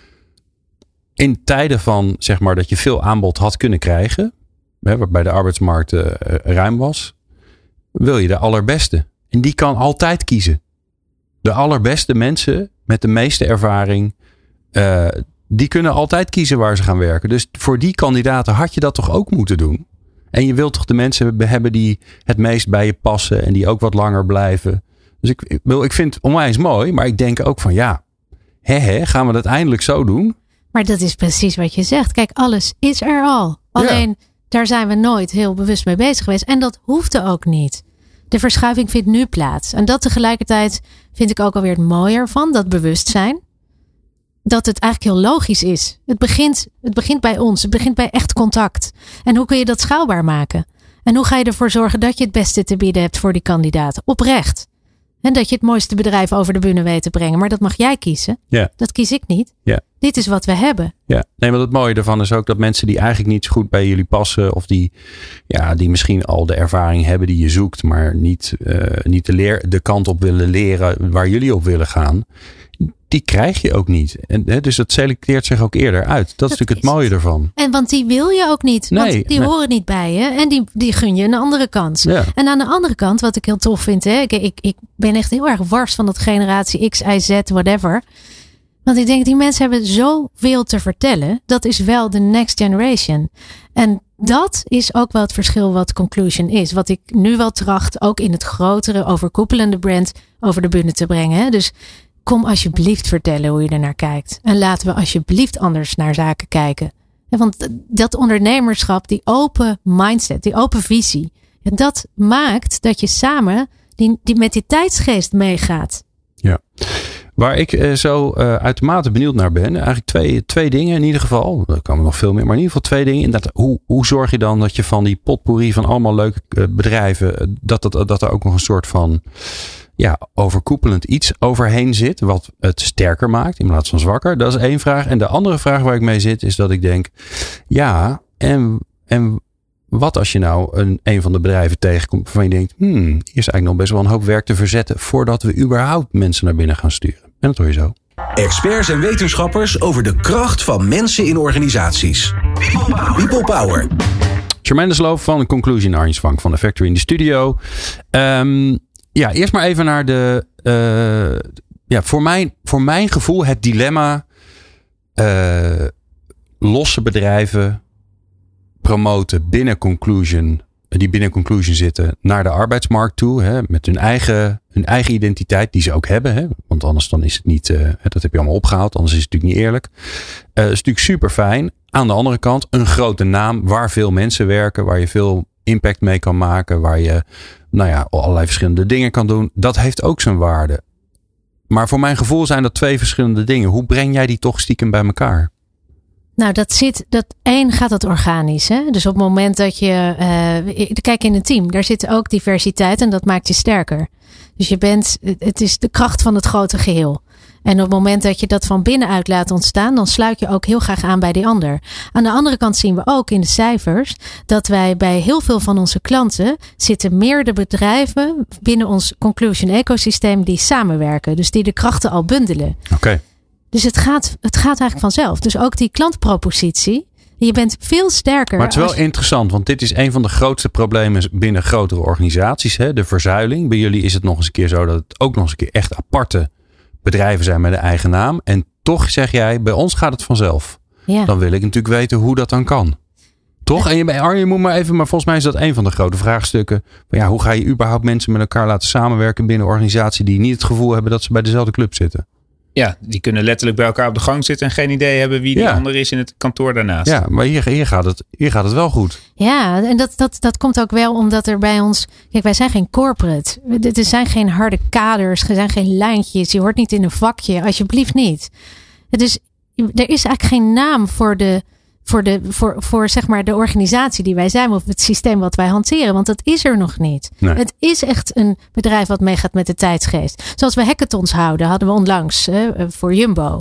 In tijden van, zeg maar, dat je veel aanbod had kunnen krijgen, hè, waarbij de arbeidsmarkt uh, ruim was, wil je de allerbeste. En die kan altijd kiezen. De allerbeste mensen met de meeste ervaring, uh, die kunnen altijd kiezen waar ze gaan werken. Dus voor die kandidaten had je dat toch ook moeten doen. En je wilt toch de mensen hebben die het meest bij je passen en die ook wat langer blijven. Dus ik, ik, ik vind het onwijs mooi, maar ik denk ook van ja, hè, hè, gaan we dat eindelijk zo doen? Maar dat is precies wat je zegt. Kijk, alles is er al. Alleen, ja. daar zijn we nooit heel bewust mee bezig geweest. En dat hoefde ook niet. De verschuiving vindt nu plaats. En dat tegelijkertijd vind ik ook alweer het mooier van, dat bewustzijn. Dat het eigenlijk heel logisch is. Het begint, het begint bij ons. Het begint bij echt contact. En hoe kun je dat schaalbaar maken? En hoe ga je ervoor zorgen dat je het beste te bieden hebt voor die kandidaat? Oprecht. En dat je het mooiste bedrijf over de bühne weet te brengen. Maar dat mag jij kiezen. Ja. Dat kies ik niet. Ja. Dit is wat we hebben. Ja, nee, maar het mooie ervan is ook dat mensen die eigenlijk niet zo goed bij jullie passen, of die, ja, die misschien al de ervaring hebben die je zoekt, maar niet, uh, niet de, leer, de kant op willen leren waar jullie op willen gaan, die krijg je ook niet. En, hè, dus dat selecteert zich ook eerder uit. Dat, dat is natuurlijk het mooie het. ervan. En want die wil je ook niet. Nee, want die nee. horen niet bij je. En die, die gun je een andere kans. Ja. En aan de andere kant, wat ik heel tof vind. Hè, ik, ik, ik ben echt heel erg wars van dat generatie X, Y, Z, whatever. Want ik denk, die mensen hebben zoveel te vertellen. Dat is wel de next generation. En dat is ook wel het verschil wat Conclusion is. Wat ik nu wel tracht, ook in het grotere, overkoepelende brand, over de bühne te brengen. Hè. Dus kom alsjeblieft vertellen hoe je er naar kijkt. En laten we alsjeblieft anders naar zaken kijken. Want dat ondernemerschap, die open mindset, die open visie. Dat maakt dat je samen die, die met die tijdsgeest meegaat. Ja. Waar ik uh, zo uh, uitermate benieuwd naar ben. Eigenlijk twee, twee dingen in ieder geval. Er komen nog veel meer. Maar in ieder geval twee dingen. Inderdaad, hoe, hoe zorg je dan dat je van die potpourri van allemaal leuke uh, bedrijven. Dat, dat, dat er ook nog een soort van ja, overkoepelend iets overheen zit. Wat het sterker maakt in plaats van zwakker. Dat is één vraag. En de andere vraag waar ik mee zit is dat ik denk. Ja, en, en wat als je nou een, een van de bedrijven tegenkomt waarvan je denkt. Hmm, hier is eigenlijk nog best wel een hoop werk te verzetten. Voordat we überhaupt mensen naar binnen gaan sturen. En dat hoor je zo. Experts en wetenschappers over de kracht van mensen in organisaties. People Power. People Power. Germaine Sloof van Conclusion, Arjen Swank van de Factory in de studio. Um, ja, eerst maar even naar de. Uh, ja, voor mijn, voor mijn gevoel het dilemma. Uh, losse bedrijven promoten binnen Conclusion. Die binnen Conclusion zitten naar de arbeidsmarkt toe. Hè, met hun eigen, hun eigen identiteit die ze ook hebben. Hè, want anders dan is het niet. Uh, dat heb je allemaal opgehaald. Anders is het natuurlijk niet eerlijk. Uh, dat is natuurlijk super fijn. Aan de andere kant een grote naam waar veel mensen werken. Waar je veel impact mee kan maken. Waar je nou ja, allerlei verschillende dingen kan doen. Dat heeft ook zijn waarde. Maar voor mijn gevoel zijn dat twee verschillende dingen. Hoe breng jij die toch stiekem bij elkaar? Nou, dat zit, dat één gaat dat organisch. Hè? Dus op het moment dat je, uh, kijk in een team, daar zit ook diversiteit en dat maakt je sterker. Dus je bent, het is de kracht van het grote geheel. En op het moment dat je dat van binnenuit laat ontstaan, dan sluit je ook heel graag aan bij die ander. Aan de andere kant zien we ook in de cijfers dat wij bij heel veel van onze klanten zitten meerdere bedrijven binnen ons Conclusion ecosysteem die samenwerken. Dus die de krachten al bundelen. Oké. Okay. Dus het gaat, het gaat eigenlijk vanzelf. Dus ook die klantpropositie. Je bent veel sterker. Maar het is wel als... interessant. Want dit is een van de grootste problemen binnen grotere organisaties. Hè? De verzuiling. Bij jullie is het nog eens een keer zo dat het ook nog eens een keer echt aparte bedrijven zijn met een eigen naam. En toch zeg jij, bij ons gaat het vanzelf. Ja. Dan wil ik natuurlijk weten hoe dat dan kan. Toch? En je, Arjen, moet maar even, maar volgens mij is dat een van de grote vraagstukken. Maar ja, hoe ga je überhaupt mensen met elkaar laten samenwerken binnen een organisatie die niet het gevoel hebben dat ze bij dezelfde club zitten? Ja, die kunnen letterlijk bij elkaar op de gang zitten en geen idee hebben wie die ja. ander is in het kantoor daarnaast. Ja, maar hier, hier, gaat, het, hier gaat het wel goed. Ja, en dat, dat, dat komt ook wel omdat er bij ons... Kijk, wij zijn geen corporate. Er zijn geen harde kaders, er zijn geen lijntjes. Je hoort niet in een vakje, alsjeblieft niet. Dus er is eigenlijk geen naam voor de... Voor, de, voor, voor zeg maar de organisatie die wij zijn. Of het systeem wat wij hanteren. Want dat is er nog niet. Nee. Het is echt een bedrijf wat meegaat met de tijdsgeest. Zoals we hackathons houden. Hadden we onlangs hè, voor Jumbo.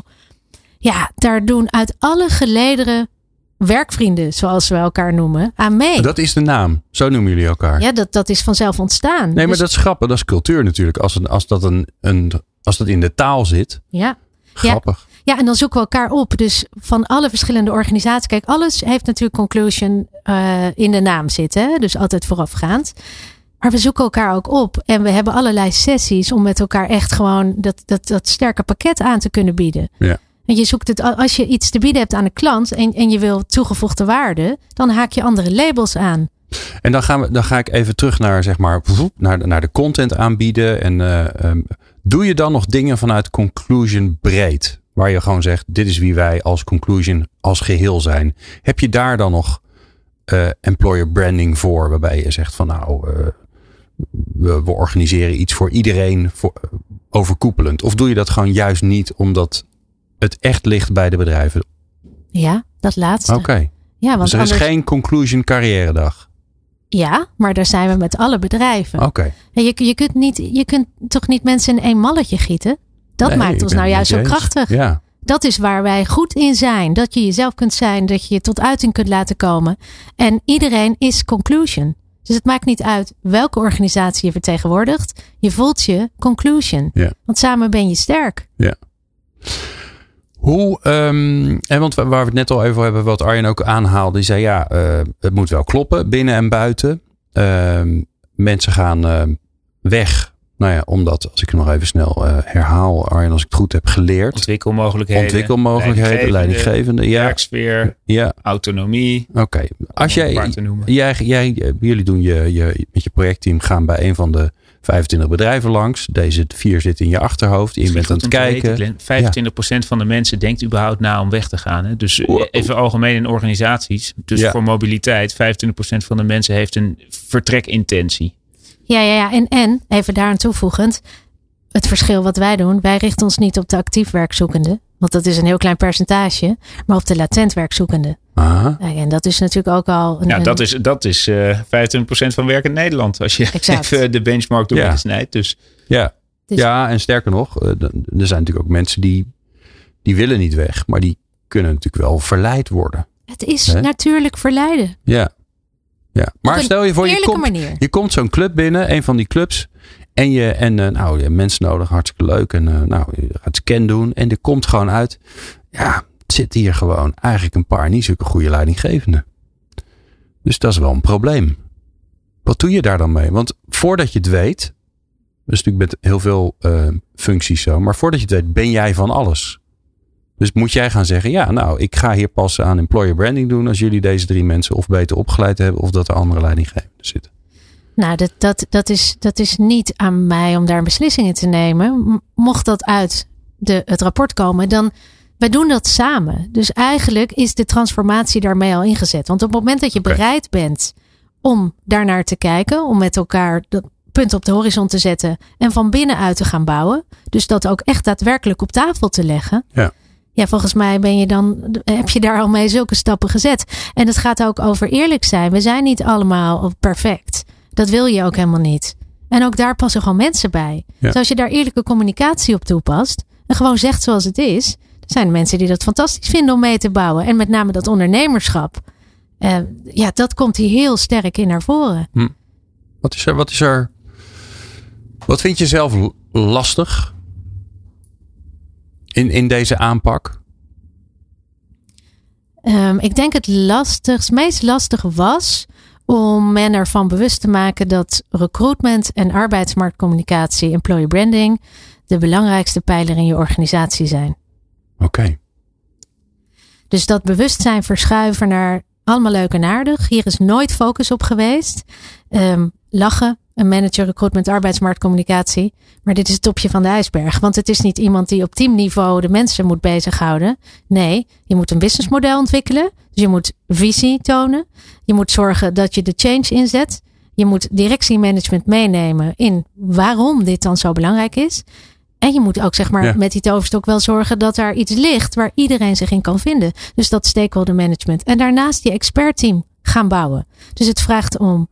Ja, daar doen uit alle gelederen werkvrienden. Zoals we elkaar noemen. Aan mee. Dat is de naam. Zo noemen jullie elkaar. Ja, dat, dat is vanzelf ontstaan. Nee, maar dus, dat is grappig. Dat is cultuur natuurlijk. Als, een, als, dat, een, een, als dat in de taal zit. Ja. Grappig. Ja. Ja, en dan zoeken we elkaar op. Dus van alle verschillende organisaties. Kijk, alles heeft natuurlijk Conclusion uh, in de naam zitten. Hè? Dus altijd voorafgaand. Maar we zoeken elkaar ook op. En we hebben allerlei sessies om met elkaar echt gewoon dat, dat, dat sterke pakket aan te kunnen bieden. Ja. En je zoekt het, als je iets te bieden hebt aan de klant en, en je wil toegevoegde waarde, dan haak je andere labels aan. En dan, gaan we, dan ga ik even terug naar, zeg maar, naar, de, naar de content aanbieden. En uh, um, doe je dan nog dingen vanuit Conclusion breed? Waar je gewoon zegt, dit is wie wij als Conclusion als geheel zijn. Heb je daar dan nog uh, employer branding voor? Waarbij je zegt van nou, uh, we, we organiseren iets voor iedereen voor, uh, overkoepelend. Of doe je dat gewoon juist niet omdat het echt ligt bij de bedrijven? Ja, dat laatste. Oké. Okay. Ja, want dus er anders... is geen Conclusion carrièredag? Ja, maar daar zijn we met alle bedrijven. Oké. Okay. Je, je, kunt niet, je kunt toch niet mensen in één malletje gieten? Dat nee, maakt ons nou juist zo krachtig. Ja. Dat is waar wij goed in zijn. Dat je jezelf kunt zijn. Dat je je tot uiting kunt laten komen. En iedereen is Conclusion. Dus het maakt niet uit welke organisatie je vertegenwoordigt. Je voelt je Conclusion. Ja. Want samen ben je sterk. Ja. Hoe, um, en want waar we het net al even over hebben, wat Arjen ook aanhaalde. Die zei ja, uh, het moet wel kloppen, binnen en buiten. Uh, mensen gaan uh, weg. Nou ja, omdat, als ik het nog even snel uh, herhaal, Arjen, als ik het goed heb geleerd. Ontwikkelmogelijkheden. Ontwikkelmogelijkheden, leidinggevende. leidinggevende ja. Werksfeer, ja. Autonomie. Oké, okay. Als jij, jij, jij, jullie doen je, je, met je projectteam gaan bij een van de vijfentwintig bedrijven langs. Deze vier zitten in je achterhoofd. Je bent aan het kijken. Weten, vijfentwintig procent ja. van de mensen denkt überhaupt na om weg te gaan. Hè? Dus even algemeen in organisaties. Dus ja. voor mobiliteit, vijfentwintig procent van de mensen heeft een vertrekintentie. Ja, ja, ja. En, en even daaraan toevoegend. Het verschil wat wij doen. Wij richten ons niet op de actief werkzoekende. Want dat is een heel klein percentage. Maar op de latent werkzoekende. Aha. En dat is natuurlijk ook al... Een, ja, dat is, dat is uh, vijfentwintig procent van werk in Nederland. Als je exact. even de benchmark door ja. snijdt. Dus. Ja. Dus, ja, en sterker nog. Uh, er zijn natuurlijk ook mensen die, die willen niet weg. Maar die kunnen natuurlijk wel verleid worden. Het is He? natuurlijk verleiden. Ja. ja. Maar stel je voor, je komt, je komt zo'n club binnen. Een van die clubs. En je, en uh, nou, je hebt mensen nodig. Hartstikke leuk. En uh, nou, je gaat scan doen. En er komt gewoon uit. Ja, het zit hier gewoon eigenlijk een paar niet zulke goede leidinggevenden. Dus dat is wel een probleem. Wat doe je daar dan mee? Want voordat je het weet. Dat is natuurlijk met heel veel uh, functies zo. Maar voordat je het weet ben jij van alles. Dus moet jij gaan zeggen. Ja, nou, ik ga hier pas aan employer branding doen. Als jullie deze drie mensen of beter opgeleid hebben. Of dat er andere leidinggevenden zitten. Nou, dat, dat, dat, is, dat is niet aan mij om daar een beslissing in te nemen. Mocht dat uit de, het rapport komen, dan wij doen dat samen. Dus eigenlijk is de transformatie daarmee al ingezet. Want op het moment dat je okay. bereid bent om daarnaar te kijken, om met elkaar dat punt op de horizon te zetten en van binnenuit te gaan bouwen. Dus dat ook echt daadwerkelijk op tafel te leggen. Ja. Ja, volgens mij ben je dan, heb je daar al mee zulke stappen gezet. En het gaat ook over eerlijk zijn. We zijn niet allemaal perfect. Dat wil je ook helemaal niet. En ook daar passen gewoon mensen bij. Ja. Dus als je daar eerlijke communicatie op toepast en gewoon zegt zoals het is, er zijn mensen die dat fantastisch vinden om mee te bouwen. En met name dat ondernemerschap. Uh, ja, dat komt hier heel sterk in naar voren. Hm. Wat is er, wat is er, wat vind je zelf lastig in, in deze aanpak? Um, ik denk het lastigst, meest lastig was om men ervan bewust te maken dat recruitment en arbeidsmarktcommunicatie, employer branding, de belangrijkste pijler in je organisatie zijn. Oké. Okay. Dus dat bewustzijn verschuiven naar allemaal leuk en aardig. Hier is nooit focus op geweest. Um, lachen, een manager recruitment arbeidsmarktcommunicatie. Maar dit is het topje van de ijsberg. Want het is niet iemand die op teamniveau de mensen moet bezighouden. Nee, je moet een businessmodel ontwikkelen. Dus je moet visie tonen. Je moet zorgen dat je de change inzet. Je moet directiemanagement meenemen in waarom dit dan zo belangrijk is. En je moet ook zeg maar ja. met die toverstok wel zorgen dat er iets ligt waar iedereen zich in kan vinden. Dus dat stakeholder management. En daarnaast je expertteam gaan bouwen. Dus het vraagt om,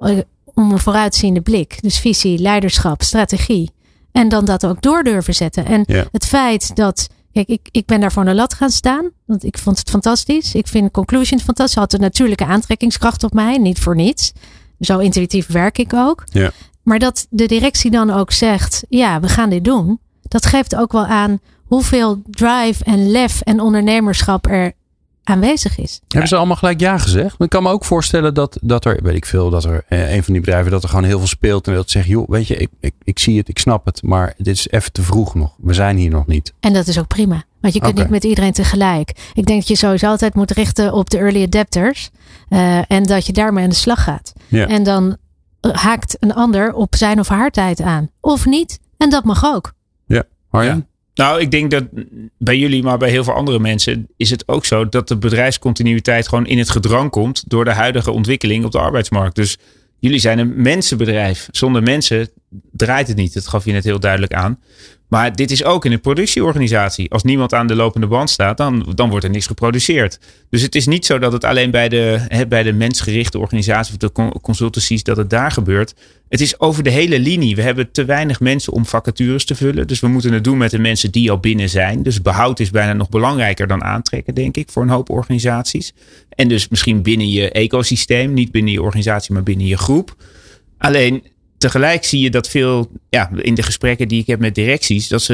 om een vooruitziende blik. Dus visie, leiderschap, strategie. En dan dat ook door durven zetten. En ja. het feit dat, kijk, ik, ik ben daar voor de lat gaan staan. Want ik vond het fantastisch. Ik vind Conclusion fantastisch. Had een natuurlijke aantrekkingskracht op mij. Niet voor niets. Zo intuïtief werk ik ook. Ja. Maar dat de directie dan ook zegt, ja, we gaan dit doen. Dat geeft ook wel aan hoeveel drive en lef en ondernemerschap er aanwezig is. Hebben ze allemaal gelijk ja gezegd? Ik kan me ook voorstellen dat, dat er, weet ik veel, dat er eh, een van die bedrijven dat er gewoon heel veel speelt. En dat zegt, joh, weet je, ik, ik, ik zie het, ik snap het. Maar dit is even te vroeg nog. We zijn hier nog niet. En dat is ook prima. Want je kunt okay. niet met iedereen tegelijk. Ik denk dat je sowieso altijd moet richten op de early adapters. Uh, en dat je daarmee aan de slag gaat. Ja. En dan haakt een ander op zijn of haar tijd aan. Of niet. En dat mag ook. Ja, Arjen? Ja. Nou, ik denk dat bij jullie, maar bij heel veel andere mensen is het ook zo dat de bedrijfscontinuïteit gewoon in het gedrang komt door de huidige ontwikkeling op de arbeidsmarkt. Dus jullie zijn een mensenbedrijf. Zonder mensen draait het niet. Dat gaf je net heel duidelijk aan. Maar dit is ook in een productieorganisatie. Als niemand aan de lopende band staat, dan, dan wordt er niks geproduceerd. Dus het is niet zo dat het alleen bij de, hè, bij de mensgerichte organisatie of de consultancies dat het daar gebeurt. Het is over de hele linie. We hebben te weinig mensen om vacatures te vullen. Dus we moeten het doen met de mensen die al binnen zijn. Dus behoud is bijna nog belangrijker dan aantrekken, denk ik, voor een hoop organisaties. En dus misschien binnen je ecosysteem, niet binnen je organisatie, maar binnen je groep. Alleen tegelijk zie je dat veel, ja, in de gesprekken die ik heb met directies, dat ze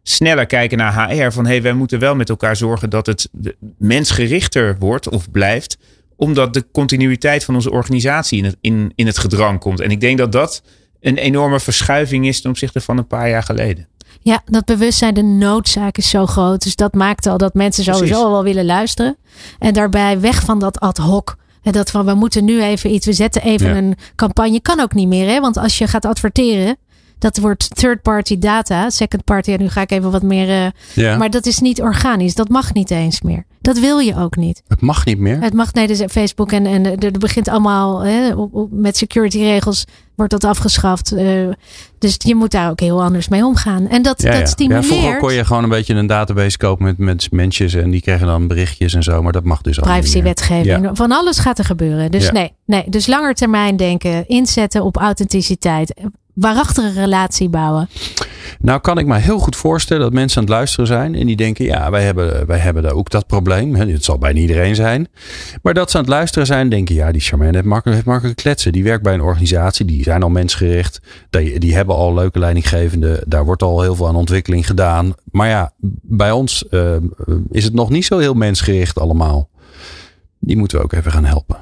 sneller kijken naar H R. Van hey, wij moeten wel met elkaar zorgen dat het mensgerichter wordt of blijft. Omdat de continuïteit van onze organisatie in het, in, in het gedrang komt. En ik denk dat dat een enorme verschuiving is ten opzichte van een paar jaar geleden. Ja, dat bewustzijn, de noodzaak is zo groot. Dus dat maakt al dat mensen sowieso Precies. wel willen luisteren. En daarbij weg van dat ad hoc. En dat van we moeten nu even iets, we zetten even Ja. een campagne. Kan ook niet meer, hè? Want als je gaat adverteren, dat wordt third party data, second party. En nu ga ik even wat meer. Uh, Ja. Maar dat is niet organisch. Dat mag niet eens meer. Dat wil je ook niet. Het mag niet meer. Het mag, nee, dus Facebook en, en er begint allemaal hè, op, op, met security regels wordt dat afgeschaft. Uh, dus je moet daar ook heel anders mee omgaan. En dat, Ja, dat ja. stimuleert. Ja, vroeger kon je gewoon een beetje een database kopen met, met mensen en die kregen dan berichtjes en zo. Maar dat mag dus al niet meer. Privacywetgeving. Ja. Van alles gaat er gebeuren. Dus Ja. nee, nee. Dus langer termijn denken, inzetten op authenticiteit. Waarachtige relatie bouwen. Nou kan ik me heel goed voorstellen dat mensen aan het luisteren zijn. En die denken, ja, wij hebben, wij hebben daar ook dat probleem. Het zal bijna iedereen zijn. Maar dat ze aan het luisteren zijn, denken, ja, die Charmaine heeft makkelijk, heeft makkelijk kletsen. Die werkt bij een organisatie, die zijn al mensgericht. Die, die hebben al leuke leidinggevenden. Daar wordt al heel veel aan ontwikkeling gedaan. Maar ja, bij ons uh, is het nog niet zo heel mensgericht allemaal. Die moeten we ook even gaan helpen.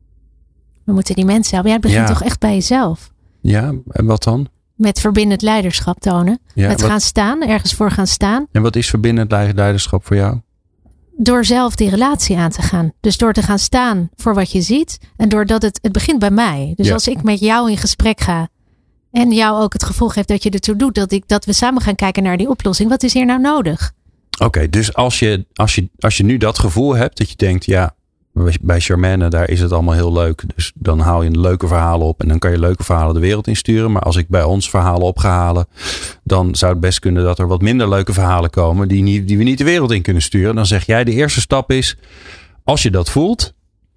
We moeten die mensen helpen. Ja, het begint Ja. toch echt bij jezelf. Ja, en wat dan? Met verbindend leiderschap tonen. Ja, Met wat, gaan staan, ergens voor gaan staan. en wat is verbindend leiderschap voor jou? Door zelf die relatie aan te gaan. Dus door te gaan staan voor wat je ziet. En doordat het, het begint bij mij. Dus Ja. als ik met jou in gesprek ga. En jou ook het gevoel geeft dat je ertoe doet. Dat, ik, dat we samen gaan kijken naar die oplossing. Wat is hier nou nodig? Oké, okay, dus als je, als, je, als je nu dat gevoel hebt. Dat je denkt, ja, bij Charmaine, daar is het allemaal heel leuk. Dus dan haal je leuke verhalen op. En dan kan je leuke verhalen de wereld insturen. Maar als ik bij ons verhalen op ga halen. Dan zou het best kunnen dat er wat minder leuke verhalen komen. Die, niet, die we niet de wereld in kunnen sturen. Dan zeg jij, de eerste stap is. Als je dat voelt.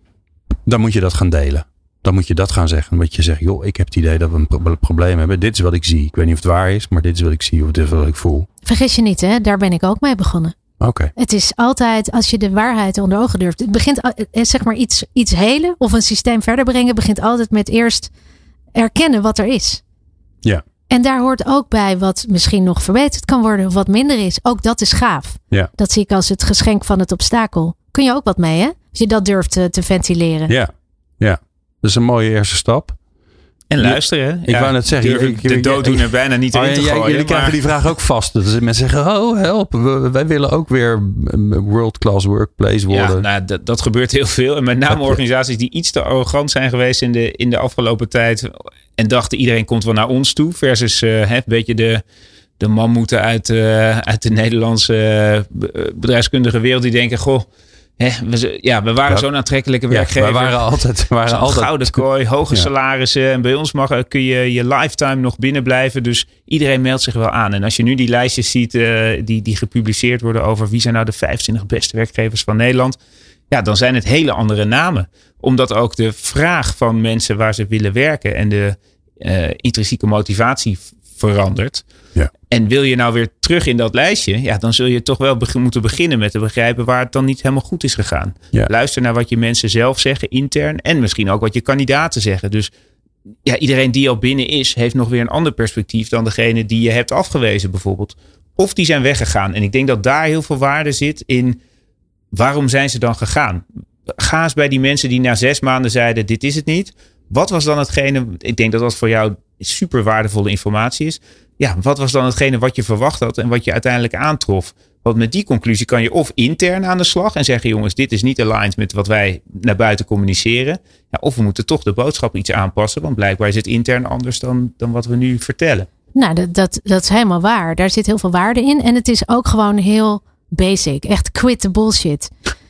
Dan moet je dat gaan delen. Dan moet je dat gaan zeggen. Dan moet je zeggen, joh, ik heb het idee dat we een pro- probleem hebben. Dit is wat ik zie. Ik weet niet of het waar is. Maar dit is wat ik zie. Of dit is wat ik voel. Vergis je niet, hè? Daar ben ik ook mee begonnen. Oké. Okay. Het is altijd, als je de waarheid onder ogen durft. Het begint, zeg maar, iets, iets helen of een systeem verder brengen. Begint altijd met eerst erkennen wat er is. Ja. En daar hoort ook bij wat misschien nog verbeterd kan worden. Of wat minder is. Ook dat is gaaf. Ja. Dat zie ik als het geschenk van het obstakel. Kun je ook wat mee, hè? Als je dat durft te, te ventileren. Ja. Ja. Dat is een mooie eerste stap. En luisteren. Ik ja, wou net zeggen. Durf ik de dooddoener bijna niet erin oh, te ja, gooien. Jullie maar... krijgen die vraag ook vast. Dus mensen zeggen, oh help. We, wij willen ook weer world class workplace worden. Ja, nou, dat, dat gebeurt heel veel. En met name organisaties die iets te arrogant zijn geweest in de, in de afgelopen tijd. En dachten iedereen komt wel naar ons toe. Versus uh, een beetje de, de mammoeten uit, uh, uit de Nederlandse uh, bedrijfskundige wereld. Die denken, goh. Hè, we, ja, we waren ja. zo'n aantrekkelijke werkgever. Ja, we waren altijd, we waren altijd gouden kooi, hoge ja. salarissen. En bij ons mag, kun je je lifetime nog binnen blijven. Dus iedereen meldt zich wel aan. En als je nu die lijstjes ziet uh, die, die gepubliceerd worden over wie zijn nou de vijfentwintig beste werkgevers van Nederland. Ja, dan zijn het hele andere namen. Omdat ook de vraag van mensen waar ze willen werken en de uh, intrinsieke motivatie verandert. Ja. En wil je nou weer terug in dat lijstje, ja, dan zul je toch wel be- moeten beginnen met te begrijpen waar het dan niet helemaal goed is gegaan. Ja. Luister naar wat je mensen zelf zeggen, intern, en misschien ook wat je kandidaten zeggen. Dus ja, iedereen die al binnen is, heeft nog weer een ander perspectief dan degene die je hebt afgewezen bijvoorbeeld. Of die zijn weggegaan. En ik denk dat daar heel veel waarde zit in waarom zijn ze dan gegaan? Ga eens bij die mensen die na zes maanden zeiden, dit is het niet. Wat was dan hetgene, ik denk dat dat voor jou super waardevolle informatie is. Ja, wat was dan hetgene wat je verwacht had en wat je uiteindelijk aantrof? Want met die conclusie kan je of intern aan de slag en zeggen, jongens, dit is niet aligned met wat wij naar buiten communiceren. Ja, of we moeten toch de boodschap iets aanpassen, want blijkbaar is het intern anders dan, dan wat we nu vertellen. Nou, dat, dat, dat is helemaal waar. Daar zit heel veel waarde in. En het is ook gewoon heel basic. Echt quit the bullshit.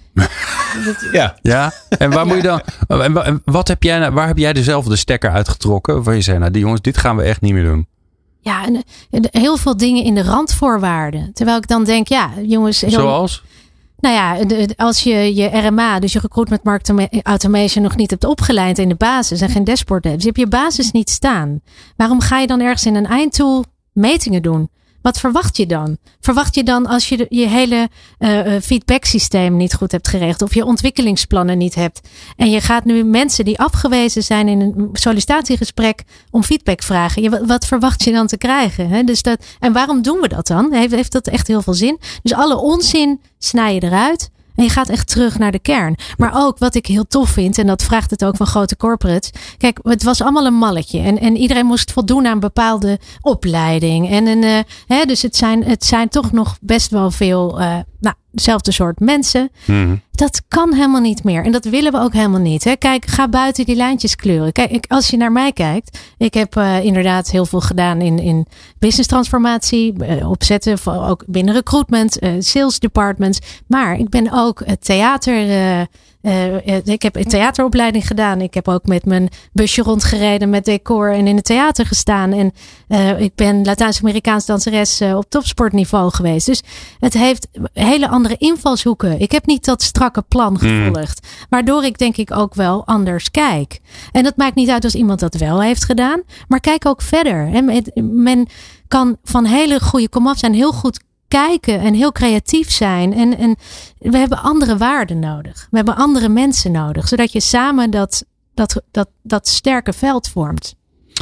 Ja. Ja. En waar moet je dan? En wat heb jij, waar heb jij dezelfde stekker uitgetrokken? Waar je zei, nou, die jongens, dit gaan we echt niet meer doen. Ja, en, en heel veel dingen in de randvoorwaarden. Terwijl ik dan denk, ja, jongens. Heel, Zoals? Nou ja, de, als je je R M A, dus je recruitment marketing automation, nog niet hebt opgeleid in de basis en geen dashboard hebt, dus je hebt je basis niet staan. Waarom ga je dan ergens in een eindtool metingen doen? Wat verwacht je dan? Verwacht je dan als je de, je hele uh, feedback systeem niet goed hebt geregeld of je ontwikkelingsplannen niet hebt en je gaat nu mensen die afgewezen zijn in een sollicitatiegesprek om feedback vragen. Je, wat, wat verwacht je dan te krijgen? Hè? Dus dat, en waarom doen we dat dan? Heeft, heeft dat echt heel veel zin? Dus alle onzin snij je eruit. En je gaat echt terug naar de kern. Maar ook wat ik heel tof vind, en dat vraagt het ook van grote corporates. Kijk, het was allemaal een malletje. En, en iedereen moest voldoen aan een bepaalde opleiding. En een, uh, hè, dus het zijn, het zijn toch nog best wel veel, uh, nou, hetzelfde soort mensen. Mm-hmm. Dat kan helemaal niet meer. En dat willen we ook helemaal niet. Hè. Kijk, ga buiten die lijntjes kleuren. Kijk, ik, als je naar mij kijkt. Ik heb uh, inderdaad heel veel gedaan in, in business transformatie. Uh, opzetten, ook binnen recruitment, uh, sales departments. Maar ik ben ook uh, theater... Uh, Uh, ik heb een theateropleiding gedaan. Ik heb ook met mijn busje rondgereden met decor en in het theater gestaan. En uh, ik ben Latijns-Amerikaans danseres uh, op topsportniveau geweest. Dus het heeft hele andere invalshoeken. Ik heb niet dat strakke plan gevolgd. Mm. Waardoor ik denk ik ook wel anders kijk. En dat maakt niet uit als iemand dat wel heeft gedaan. Maar kijk ook verder. Hè. Men kan van hele goede komaf zijn, heel goed kijken en heel creatief zijn. En, en we hebben andere waarden nodig. We hebben andere mensen nodig. Zodat je samen dat, dat, dat, dat sterke veld vormt.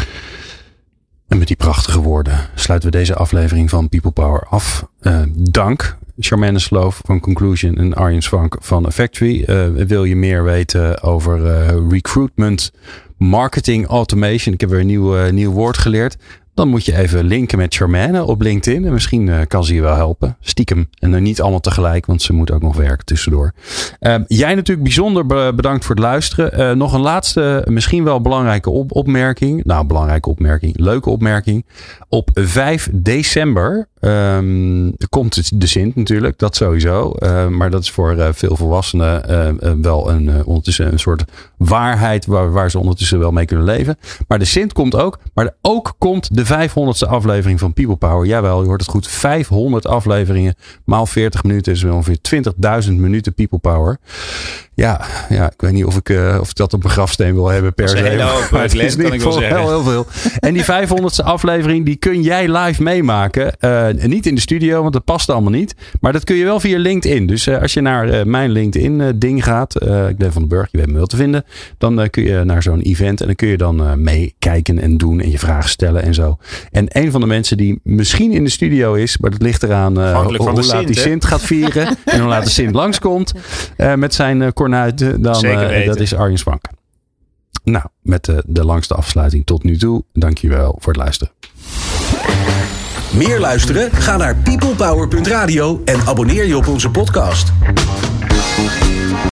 En met die prachtige woorden sluiten we deze aflevering van People Power af. Uh, dank Charmaine Sloof van Conclusion en Arjen Swank van Factory. Uh, wil je meer weten over uh, recruitment, marketing, automation? Ik heb weer een nieuw, uh, nieuw woord geleerd. Dan moet je even linken met Charmaine op LinkedIn. En misschien uh, kan ze je wel helpen. Stiekem. En dan niet allemaal tegelijk. Want ze moet ook nog werken tussendoor. Uh, jij natuurlijk bijzonder be- bedankt voor het luisteren. Uh, nog een laatste, misschien wel belangrijke op- opmerking. Nou, belangrijke opmerking. Leuke opmerking. Op vijf december um, komt de Sint natuurlijk. Dat sowieso. Uh, maar dat is voor uh, veel volwassenen uh, uh, wel een, uh, ondertussen een soort waarheid. Waar, waar ze ondertussen wel mee kunnen leven. Maar de Sint komt ook. Maar de, ook komt de De vijfhonderdste aflevering van People Power. Jawel, je hoort het goed. vijfhonderd afleveringen. Maal veertig minuten is ongeveer twintigduizend minuten People Power. Ja, ja, ik weet niet of ik, uh, of ik dat op mijn grafsteen wil hebben per se. Maar het is kan ik wel zeggen. Heel, heel veel. En die vijfhonderdste aflevering, die kun jij live meemaken. Uh, niet in de studio, want dat past allemaal niet. Maar dat kun je wel via LinkedIn. Dus uh, als je naar uh, mijn LinkedIn uh, ding gaat. Uh, Glenn van den Burg, je weet me wel te vinden. Dan uh, kun je naar zo'n event. En dan kun je dan uh, meekijken en doen. En je vragen stellen en zo. En een van de mensen die misschien in de studio is. Maar dat ligt eraan uh, hoe, hoe laat Sint, die Sint gaat vieren. En hoe laat de Sint langskomt. Uh, met zijn uh, kornuiten. Dan uh, dat is Arjen Swank. Nou, met de, de langste afsluiting tot nu toe. Dankjewel voor het luisteren. Meer luisteren? Ga naar peoplepower punt radio en abonneer je op onze podcast.